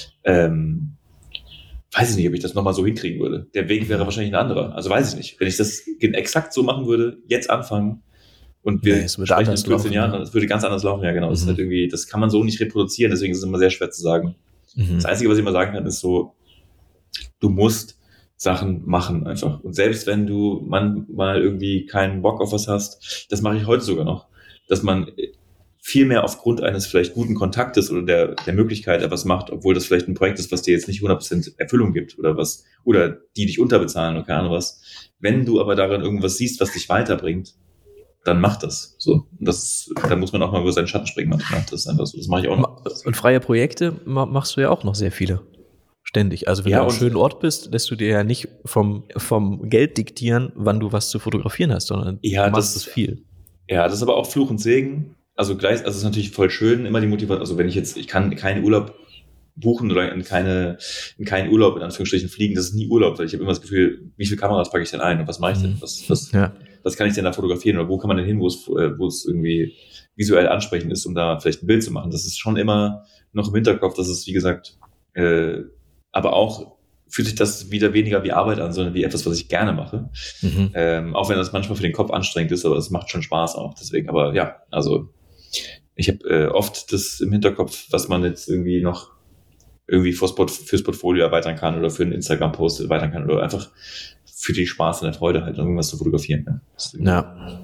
ähm, weiß ich nicht, ob ich das nochmal so hinkriegen würde. Der Weg wäre wahrscheinlich ein anderer. Also weiß ich nicht. Wenn ich das exakt so machen würde, jetzt anfangen, und wir nee, es sprechen in vierzehn laufen, Jahren, ja. das würde ganz anders laufen, ja genau. Mhm. Das ist halt irgendwie, das kann man so nicht reproduzieren, deswegen ist es immer sehr schwer zu sagen. Mhm. Das Einzige, was ich immer sagen kann, ist so, du musst Sachen machen einfach. Und selbst wenn du manchmal irgendwie keinen Bock auf was hast, das mache ich heute sogar noch, dass man viel mehr aufgrund eines vielleicht guten Kontaktes oder der, der Möglichkeit etwas macht, obwohl das vielleicht ein Projekt ist, was dir jetzt nicht hundert Prozent Erfüllung gibt oder was, oder die dich unterbezahlen oder keine Ahnung was. Wenn du aber darin irgendwas siehst, was dich weiterbringt, dann mach das. So, und das, da muss man auch mal über seinen Schatten springen manchmal. Das ist einfach so. Das mache ich auch noch. Und freie Projekte machst du ja auch noch sehr viele. Ständig. Also wenn ja, du an einem schönen Ort bist, lässt du dir ja nicht vom, vom Geld diktieren, wann du was zu fotografieren hast, sondern ja, du machst das es viel. Ja, das ist aber auch Fluch und Segen. Also gleich, also es ist natürlich voll schön, immer die Motivation. Also wenn ich jetzt, ich kann keinen Urlaub buchen oder in keine, in keinen Urlaub in Anführungsstrichen fliegen, das ist nie Urlaub, weil ich habe immer das Gefühl, wie viele Kameras packe ich denn ein und was mache ich denn? Was, was, ja. was kann ich denn da fotografieren oder wo kann man denn hin, wo es, wo es irgendwie visuell ansprechend ist, um da vielleicht ein Bild zu machen? Das ist schon immer noch im Hinterkopf, dass es, wie gesagt, äh, aber auch fühlt sich das wieder weniger wie Arbeit an, sondern wie etwas, was ich gerne mache. Mhm. Ähm, auch wenn das manchmal für den Kopf anstrengend ist, aber es macht schon Spaß auch. Deswegen, aber ja, also ich habe äh, oft das im Hinterkopf, was man jetzt irgendwie noch irgendwie fürs, Port- fürs Portfolio erweitern kann oder für einen Instagram-Post erweitern kann oder einfach für den Spaß und der Freude halt irgendwas zu fotografieren. Ne? Ja.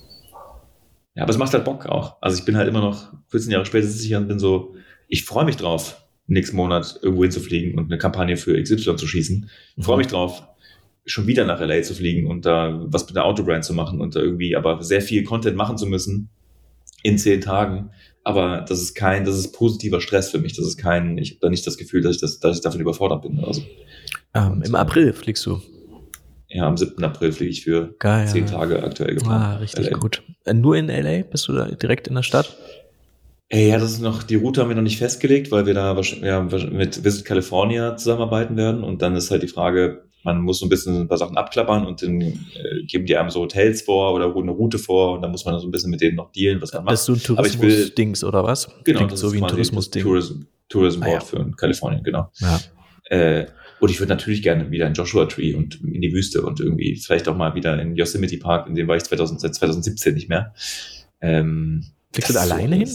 Ja, aber es macht halt Bock auch. Also ich bin halt immer noch vierzehn Jahre später sitze ich hier und bin so, ich freue mich drauf, nächsten Monat irgendwo hinzufliegen und eine Kampagne für X Y zu schießen. Ich freue mich drauf, schon wieder nach L A zu fliegen und da was mit der Autobrand zu machen und da irgendwie aber sehr viel Content machen zu müssen in zehn Tagen. Aber das ist kein, das ist positiver Stress für mich. Das ist kein, ich habe da nicht das Gefühl, dass ich das, dass ich davon überfordert bin oder so. Ähm, Im April fliegst du? Ja, am siebten April fliege ich für Geil. zehn Tage aktuell geplant. Ah, richtig L A. Gut. Nur in L A? Bist du da direkt in der Stadt? Ey, ja, das ist noch, die Route haben wir noch nicht festgelegt, weil wir da ja, mit Visit California zusammenarbeiten werden und dann ist halt die Frage, man muss so ein bisschen ein paar Sachen abklappern und dann äh, geben die einem so Hotels vor oder eine Route vor und dann muss man so ein bisschen mit denen noch dealen, was man macht. Das ist so ein Tourismus-Dings oder was? Genau, Klingt das so ist wie ein Tourismus-Ding. Tourism, Tourism Board ah, ja. für Kalifornien, genau. Ja. Äh, und ich würde natürlich gerne wieder in Joshua Tree und in die Wüste und irgendwie vielleicht auch mal wieder in Yosemite Park, in dem war ich zweitausend, seit zwanzig siebzehn nicht mehr. Ähm, Fliegst du da alleine hin?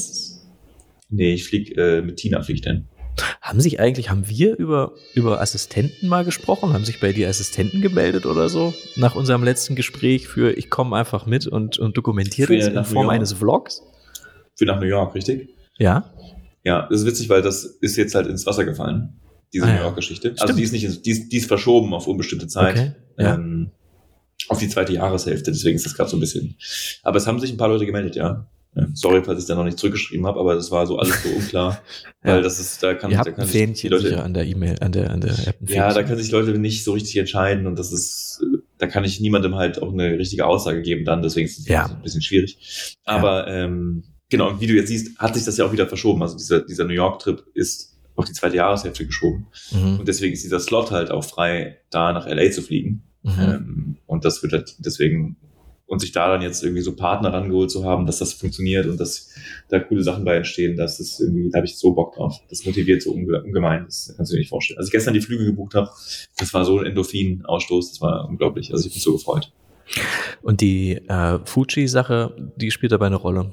Nee, ich fliege äh, mit Tina fliege ich denn. Haben sich eigentlich, haben wir über, über Assistenten mal gesprochen? Haben sich bei dir Assistenten gemeldet oder so? Nach unserem letzten Gespräch für ich komme einfach mit und, und dokumentiere das in Form eines Vlogs? Für nach New York, richtig? Ja. Ja, das ist witzig, weil das ist jetzt halt ins Wasser gefallen, diese ah, New York-Geschichte. Ja. Also die ist nicht, die ist, die ist verschoben auf unbestimmte Zeit. Okay. Ja. Ähm, auf die zweite Jahreshälfte, deswegen ist das gerade so ein bisschen. Aber es haben sich ein paar Leute gemeldet, ja. Sorry, falls ich da noch nicht zurückgeschrieben habe, aber das war so alles so unklar, weil ja. das ist, da kann, Ihr da habt kann ein Fähnchen sich die Leute sicher an der E-Mail, an der, an der App. Ja, da können sich Leute nicht so richtig entscheiden und das ist, da kann ich niemandem halt auch eine richtige Aussage geben dann, deswegen ist es ja. ein bisschen schwierig. Aber ja. ähm, genau, und wie du jetzt siehst, hat sich das ja auch wieder verschoben. Also dieser, dieser New York-Trip ist auf die zweite Jahreshälfte geschoben mhm. und deswegen ist dieser Slot halt auch frei, da nach L A zu fliegen. Mhm. Ähm, und das wird halt deswegen und sich da dann jetzt irgendwie so Partner rangeholt zu haben, dass das funktioniert und dass da coole Sachen bei entstehen, das ist irgendwie, da habe ich so Bock drauf. Das motiviert so ungemein, das kannst du dir nicht vorstellen. Als ich gestern die Flüge gebucht habe, das war so ein Endorphin-Ausstoß, das war unglaublich. Also ich habe mich so gefreut. Und die äh, Fuji-Sache, die spielt dabei eine Rolle?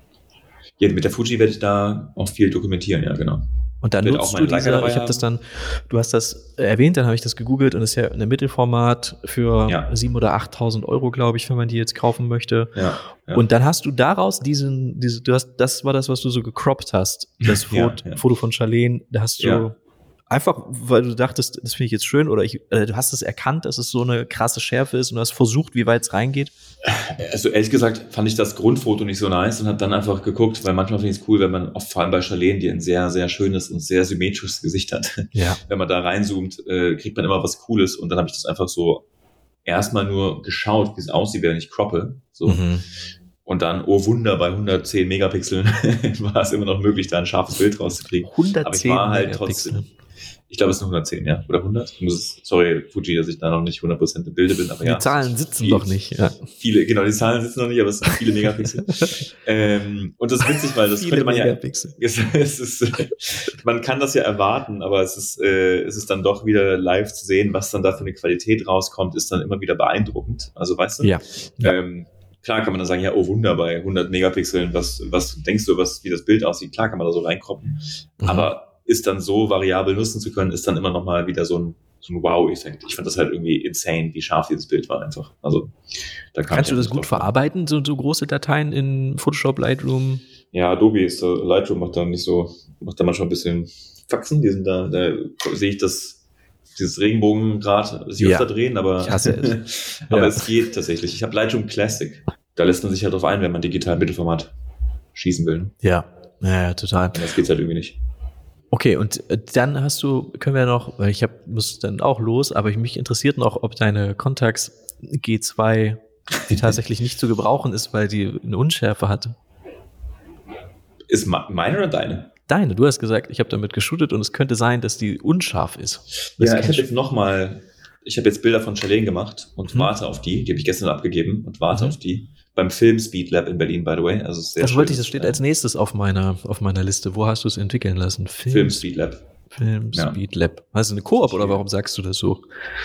Ja, mit der Fuji werde ich da auch viel dokumentieren, ja, genau. Und dann nutzt du diese, ich habe das dann, du hast das erwähnt, dann habe ich das gegoogelt und das ist ja eine Mittelformat für ja. sieben oder achttausend Euro, glaube ich, wenn man die jetzt kaufen möchte. Ja, ja. Und dann hast du daraus diesen, diese, du hast, das war das, was du so gecroppt hast, das Foto, ja, ja. Foto von Charlene, da hast du ja. einfach, weil du dachtest, das finde ich jetzt schön oder ich, äh, du hast es erkannt, dass es so eine krasse Schärfe ist und du hast versucht, wie weit es reingeht. Also ehrlich gesagt fand ich das Grundfoto nicht so nice und habe dann einfach geguckt, weil manchmal finde ich es cool, wenn man, vor allem bei Charlene, die ein sehr, sehr schönes und sehr symmetrisches Gesicht hat, ja. wenn man da reinzoomt, äh, kriegt man immer was Cooles und dann habe ich das einfach so erstmal nur geschaut, wie es aussieht, wenn ich croppe. So. Mhm. Und dann, oh Wunder, bei hundertzehn Megapixeln war es immer noch möglich, da ein scharfes Bild rauszukriegen. hundertzehn Aber ich war halt Megapixel. trotzdem, ich glaube, es sind hundertzehn, ja, oder hundert. Ich muss es, sorry, Fuji, dass ich da noch nicht hundert Prozent im Bilde bin, aber die ja. Zahlen sitzen viel, doch nicht. Ja. Viele, genau, die Zahlen sitzen noch nicht, aber es sind viele Megapixel. ähm, und das ist witzig, weil das Viele könnte man Megapixel. ja, es, es ist, man kann das ja erwarten, aber es ist, äh, es ist dann doch wieder live zu sehen, was dann da für eine Qualität rauskommt, ist dann immer wieder beeindruckend. Also, weißt du? Ja. ja. Ähm, Klar kann man dann sagen, ja, oh Wunder, bei hundert Megapixeln, was, was denkst du, was, wie das Bild aussieht? Klar kann man da so reinkroppen. Mhm. Aber ist dann so variabel nutzen zu können, ist dann immer nochmal wieder so ein, so ein Wow-Effekt. Ich fand das halt irgendwie insane, wie scharf dieses Bild war einfach. Also, da kann Kannst du das gut verarbeiten, so, so große Dateien in Photoshop, Lightroom? Ja, Adobe ist, uh, Lightroom macht da nicht so, macht da manchmal ein bisschen Faxen. Die sind da, da sehe ich das, dieses Regenbogengrad sich ja. öfter drehen, aber, ich hasse es. aber ja. es geht tatsächlich. Ich habe Lightroom Classic. Da lässt man sich halt drauf ein, wenn man digital Mittelformat schießen will. Ja, ja, ja total. Und das geht's halt irgendwie nicht. Okay, und dann hast du, können wir noch, weil ich hab, muss dann auch los, aber mich interessiert noch, ob deine Contax G zwei, die tatsächlich nicht zu gebrauchen ist, weil die eine Unschärfe hatte. Ist meine oder deine? Deine, du hast gesagt, ich habe damit geshootet und es könnte sein, dass die unscharf ist. Das ja, ich habe jetzt nochmal, ich habe jetzt Bilder von Charlene gemacht und hm. warte auf die, die habe ich gestern abgegeben und warte hm. auf die. Beim Film Speed Lab in Berlin, by the way. Also sehr das schön. wollte ich, das steht als nächstes auf meiner, auf meiner Liste. Wo hast du es entwickeln lassen? Film, Film Speed Lab. Film ja. Speed Lab. Hast du eine Koop oder warum sagst du das so?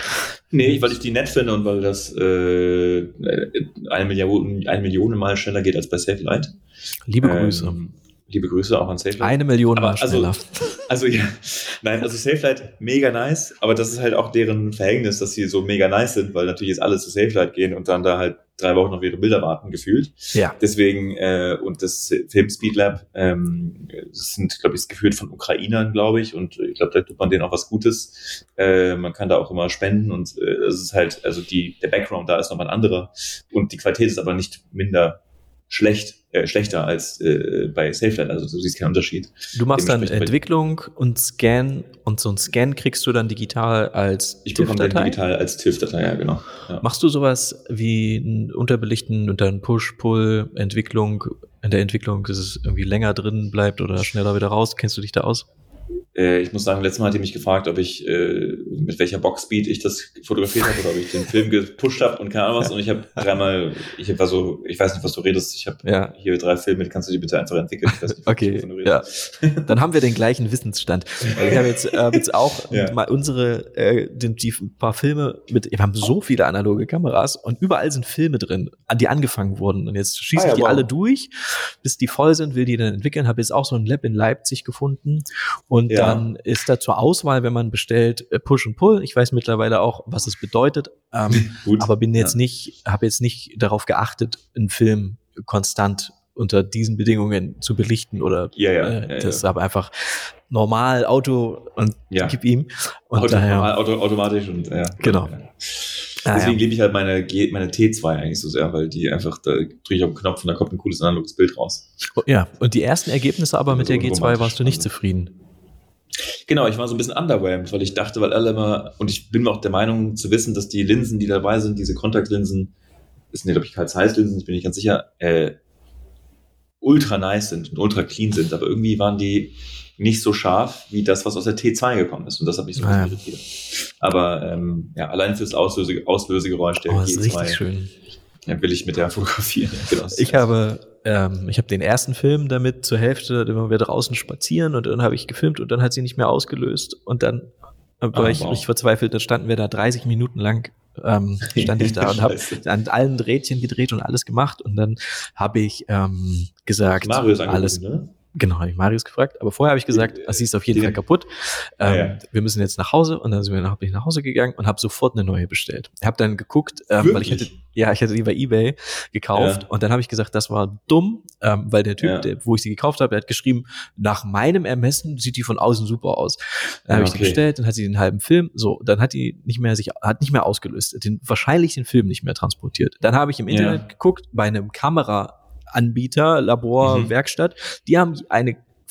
Nee, weil ich die nett finde und weil das äh, eine Million, eine Million Mal schneller geht als bei SafeLight. Liebe Grüße. Ähm, liebe Grüße auch an SafeLight. Eine Million Mal schneller. Also, also ja, nein, also SafeLight mega nice, aber das ist halt auch deren Verhängnis, dass sie so mega nice sind, weil natürlich jetzt alle zu SafeLight gehen und dann da halt drei Wochen auf ihre Bilder warten, gefühlt. Ja. Deswegen, äh, und das Film Speed Lab, ähm, das sind, glaube ich, geführt von Ukrainern, glaube ich, und ich glaube, da tut man denen auch was Gutes. Äh, man kann da auch immer spenden und äh, es ist halt, also die, der Background da ist nochmal ein anderer und die Qualität ist aber nicht minder schlecht, äh, schlechter als äh, bei SafeLight, also du siehst keinen Unterschied. Du machst dann Entwicklung und Scan und so ein Scan kriegst du dann digital als Ich bekomme den digital als TIFF-Datei, ja, genau. Ja. Machst du sowas wie einen Unterbelichten und dann Push-Pull-Entwicklung? In der Entwicklung, dass es irgendwie länger drin bleibt oder schneller wieder raus? Kennst du dich da aus? Äh, ich muss sagen, letztes Mal hat die mich gefragt, ob ich äh, mit welcher Box-Speed ich das fotografiert habe oder ob ich den Film gepusht habe und keine Ahnung was. Und ich habe dreimal, ich war so, ich weiß nicht, was du redest. Ich habe ja. hier drei Filme, kannst du die bitte einfach entwickeln? Ich weiß nicht, okay, du ja. Dann haben wir den gleichen Wissensstand. Weil ich habe jetzt, äh, jetzt auch ja. mal unsere, äh, die, die paar Filme mit, wir haben so viele analoge Kameras und überall sind Filme drin, die angefangen wurden. Und jetzt schieße ah, ja, ich die wow. alle durch, bis die voll sind, will die dann entwickeln. Habe jetzt auch so ein Lab in Leipzig gefunden und ja. dann ist da zur Auswahl, wenn man bestellt, Push und Pull. Ich weiß mittlerweile auch, was es bedeutet, ähm, aber bin jetzt ja. nicht, habe jetzt nicht darauf geachtet, einen Film konstant unter diesen Bedingungen zu belichten oder ja, ja, äh, ja, das ja. aber einfach normal Auto und ja. gib ihm. Und Auto, daher, normal, Auto, automatisch und ja. Genau. Ja. Deswegen ja. liebe ich halt meine, meine T zwei eigentlich so sehr, weil die einfach, da drücke ich auf den Knopf und da kommt ein cooles analoges Bild raus. Ja, und die ersten Ergebnisse aber mit so der G zwei warst du nicht zufrieden. Genau, ich war so ein bisschen underwhelmed, weil ich dachte, weil alle immer, und ich bin mir auch der Meinung zu wissen, dass die Linsen, die dabei sind, diese Kontaktlinsen, das sind ja, glaube ich, Carl Zeiss Linsen, ich bin nicht ganz sicher, äh, ultra nice sind und ultra clean sind, aber irgendwie waren die nicht so scharf wie das, was aus der T zwei gekommen ist und das hat mich so ein bisschen irritiert. Aber ähm, ja, allein fürs Auslöse, Auslösegeräusch der oh, das G zwei ist richtig schön. Ja, will ich mit der fotografieren. Genau, ich habe ähm, ich habe den ersten Film damit zur Hälfte, immer wir draußen spazieren und dann habe ich gefilmt und dann hat sie nicht mehr ausgelöst und dann war ah, ich wow. richtig verzweifelt, dann standen wir da dreißig Minuten lang ähm, stand ich da und habe an allen Rädchen gedreht und alles gemacht und dann habe ich ähm, gesagt, Marius alles ne? Genau, habe ich Marius gefragt, aber vorher habe ich gesagt, sie ist auf jeden die, Fall kaputt. Ähm, ah, ja. Wir müssen jetzt nach Hause und dann sind wir nach, bin ich nach Hause gegangen und habe sofort eine neue bestellt. Habe dann geguckt, ähm, weil ich hätte, ja, ich hätte die bei eBay gekauft ja. und dann habe ich gesagt, das war dumm, ähm, weil der Typ, ja. der, wo ich sie gekauft habe, der hat geschrieben, nach meinem Ermessen sieht die von außen super aus. Dann habe ja, okay. ich die bestellt, dann hat sie den halben Film, so, dann hat die nicht mehr sich, hat nicht mehr ausgelöst, den, wahrscheinlich den Film nicht mehr transportiert. Dann habe ich im Internet ja. geguckt bei einem Kamera Anbieter, Labor, mhm. Werkstatt, die haben eine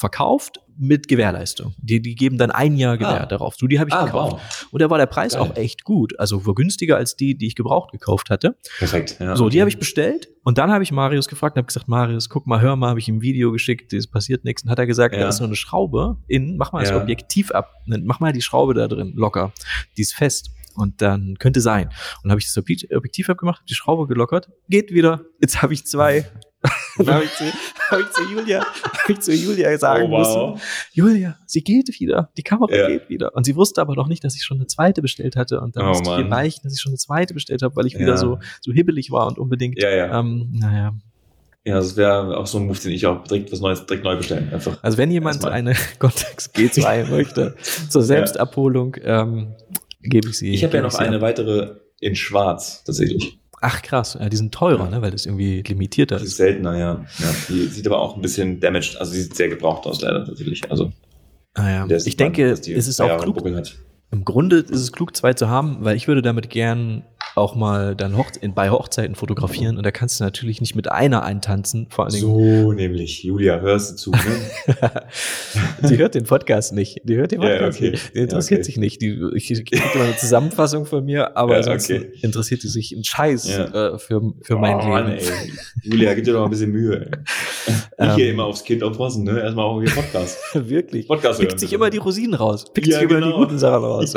verkauft mit Gewährleistung. Die, die geben dann ein Jahr Gewähr Ah. darauf. So, die habe ich Ah, gekauft. wow. Und da war der Preis Geil. auch echt gut. Also war günstiger als die, die ich gebraucht gekauft hatte. Perfekt. Ja, So, okay. die habe ich bestellt und dann habe ich Marius gefragt und habe gesagt, Marius, guck mal, hör mal, habe ich ihm ein Video geschickt, es passiert nichts. Und hat er gesagt, Ja. da ist nur eine Schraube in, mach mal das Ja. Objektiv ab, mach mal die Schraube da drin locker, die ist fest. Und dann könnte sein. Und dann habe ich das Objek- Objektiv abgemacht, hab die Schraube gelockert, geht wieder. Jetzt habe ich zwei. Dann habe ich, zu- hab ich zu Julia, hab ich zu Julia sagen Oh, wow. müssen, Julia, sie geht wieder, die Kamera Ja. geht wieder. Und sie wusste aber noch nicht, dass ich schon eine zweite bestellt hatte. Und dann Oh, musste ich ihr Mann. beichten, dass ich schon eine zweite bestellt habe, weil ich Ja. wieder so, so hibbelig war und unbedingt, Ja, ja. ähm, naja. Ja, das wäre auch so ein Move, den ich auch direkt was Neues, direkt neu bestellen. Einfach. Also wenn jemand Erstmal. eine Contax G zwei möchte, zur Selbstabholung, ähm, gebe ich sie. Ich habe ja gebe noch sie eine ab. weitere in Schwarz, tatsächlich. Ach krass, ja, die sind teurer, Ja. ne, weil das irgendwie limitierter Die ist ist. seltener, ja. ja. Die sieht aber auch ein bisschen damaged, also die sieht sehr gebraucht aus, leider, natürlich. Also, Naja, der ist ich super, denke, dass die es ist zwei auch Jahre klug, Buckel hat. im Grunde ist es klug, zwei zu haben, weil ich würde damit gern auch mal dann Hoch in, bei Hochzeiten fotografieren und da kannst du natürlich nicht mit einer eintanzen, vor allen Dingen. So, nämlich. Julia, hörst du zu, ne? Sie hört den Podcast nicht. Die hört den Ja, Podcast okay. nicht. Die interessiert Ja, okay. sich nicht. Die, ich ich kriege immer eine Zusammenfassung von mir, aber Ja, ansonsten okay. interessiert sie sich einen Scheiß Ja. äh, für, für mein oh, Leben. Mann, ey. Julia, gib dir doch mal ein bisschen Mühe, ey. Nicht hier Ähm. immer aufs Kind aufpassen, ne? Erstmal auch hier Podcast. Wirklich. Podcast Pickt hören, sich bitte. immer die Rosinen raus. Pickt Ja, sich immer genau. die guten Sachen raus.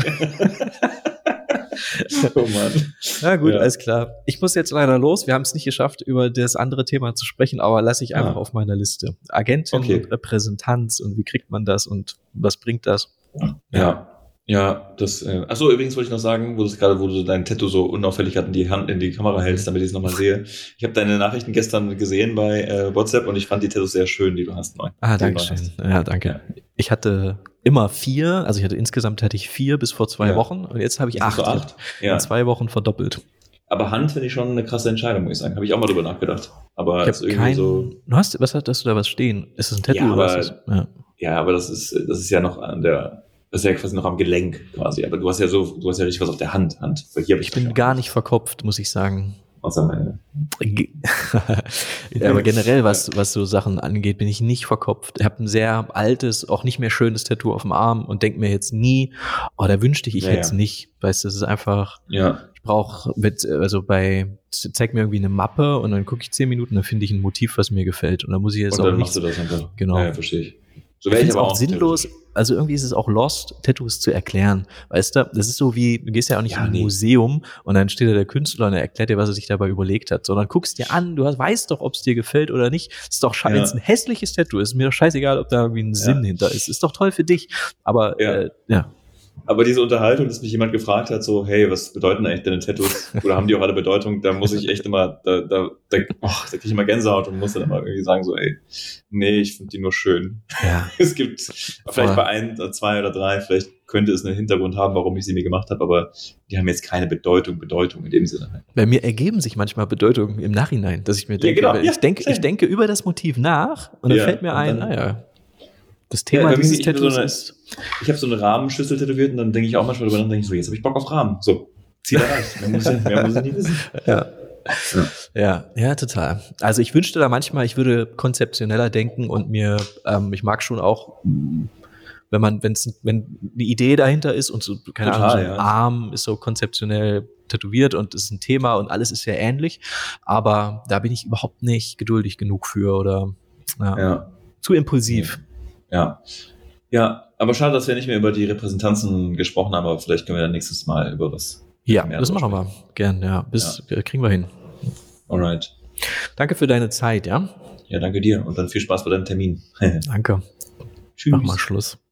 Oh Mann. Na gut, Ja. alles klar. Ich muss jetzt leider los. Wir haben es nicht geschafft, über das andere Thema zu sprechen, aber lasse ich einfach Ah. auf meiner Liste. Agentin Okay. und Repräsentanz und wie kriegt man das und was bringt das? Ja. Ja, das, äh, ach so, übrigens wollte ich noch sagen, wo du es gerade, wo du dein Tattoo so unauffällig gerade in die Hand, in die Kamera hältst, damit ich es nochmal sehe. Ich habe deine Nachrichten gestern gesehen bei äh, WhatsApp und ich fand die Tattoos sehr schön, die du hast neu. Ah, Die du danke neu schön. hast. Ja, danke. Ja. Ich hatte immer vier, also ich hatte insgesamt hatte ich vier bis vor zwei Ja. Wochen und jetzt habe ich Jetzt hast acht. du Ich acht? hab Ja. In zwei Wochen verdoppelt. Aber Hand finde ich schon eine krasse Entscheidung, muss ich sagen. Habe ich auch mal drüber nachgedacht. Aber Ich ist habe irgendwie kein. so. Du hast, was hat, hast du da was stehen? Ist das ein Tattoo Ja, oder aber- was ist das? Ja. Ja, aber das ist, das ist ja noch an der, das ist ja quasi noch am Gelenk quasi. Aber du hast ja so, du hast ja richtig was auf der Hand. Hand. Weil hier hab Ich bin gar nicht verkopft, muss ich sagen. Außer meine. Ge- ja, aber generell, was, was so Sachen angeht, bin ich nicht verkopft. Ich habe ein sehr altes, auch nicht mehr schönes Tattoo auf dem Arm und denke mir jetzt nie, oh, da wünschte ich, ich Ja, hätte es ja. nicht. Weißt du, es ist einfach, Ja. ich brauche, also bei, zeig mir irgendwie eine Mappe und dann gucke ich zehn Minuten, dann finde ich ein Motiv, was mir gefällt. Und dann muss ich jetzt Und auch dann nicht. machst du das einfach. Genau. Ja, ja, verstehe ich. So Ich wäre finde ich es aber auch auch sinnlos, also irgendwie ist es auch lost, Tattoos zu erklären. Weißt du, das ist so wie, du gehst ja auch nicht Ja, in ein nee. Museum und dann steht da der Künstler und er erklärt dir, was er sich dabei überlegt hat, sondern guckst dir an, du hast- weißt doch, ob es dir gefällt oder nicht. Ist doch scheiße, Ja. wenn es ein hässliches Tattoo ist, ist mir doch scheißegal, ob da irgendwie ein Sinn hinter ist. Ist doch toll für dich. Aber Ja. äh, ja. Aber diese Unterhaltung, dass mich jemand gefragt hat, so, hey, was bedeuten eigentlich deine Tattoos? Oder haben die auch alle Bedeutung? Da muss ich echt immer, da, da, da, oh, da kriege ich immer Gänsehaut und muss dann immer irgendwie sagen, so, ey, nee, ich finde die nur schön. Ja. Es gibt vielleicht bei ein, zwei oder drei, vielleicht könnte es einen Hintergrund haben, warum ich sie mir gemacht habe, aber die haben jetzt keine Bedeutung, Bedeutung in dem Sinne. Bei mir ergeben sich manchmal Bedeutungen im Nachhinein, dass ich mir denke, genau, weil ja, ich denke, ich same. denke über das Motiv nach und dann Ja, fällt mir und ein, dann- naja, das Ja, Thema bei mir- dieses ich bin so Tattoos eine- ist. Ich habe so eine Rahmenschüssel tätowiert und dann denke ich auch manchmal drüber nach und denke ich so, jetzt habe ich Bock auf Rahmen. So, Ziel erreicht. Mehr muss ich, mehr muss ich nicht wissen. Ja. Ja, ja, total. Also ich wünschte da manchmal, ich würde konzeptioneller denken und mir, ähm, ich mag schon auch, mh, wenn man, wenn's, wenn eine Idee dahinter ist und so, keine Total, Ahnung, so ein ja. Arm ist so konzeptionell tätowiert und es ist ein Thema und alles ist sehr ähnlich, aber da bin ich überhaupt nicht geduldig genug für oder ja, Ja, zu impulsiv. ja. Ja, aber schade, dass wir nicht mehr über die Repräsentanzen gesprochen haben, aber vielleicht können wir dann nächstes Mal über was. Ja, mehr das drüber machen wir gern, ja, bis äh, kriegen wir hin. Alright. Danke für deine Zeit, ja? Ja, danke dir und dann viel Spaß bei deinem Termin. Danke. Tschüss. Mach mal Schluss.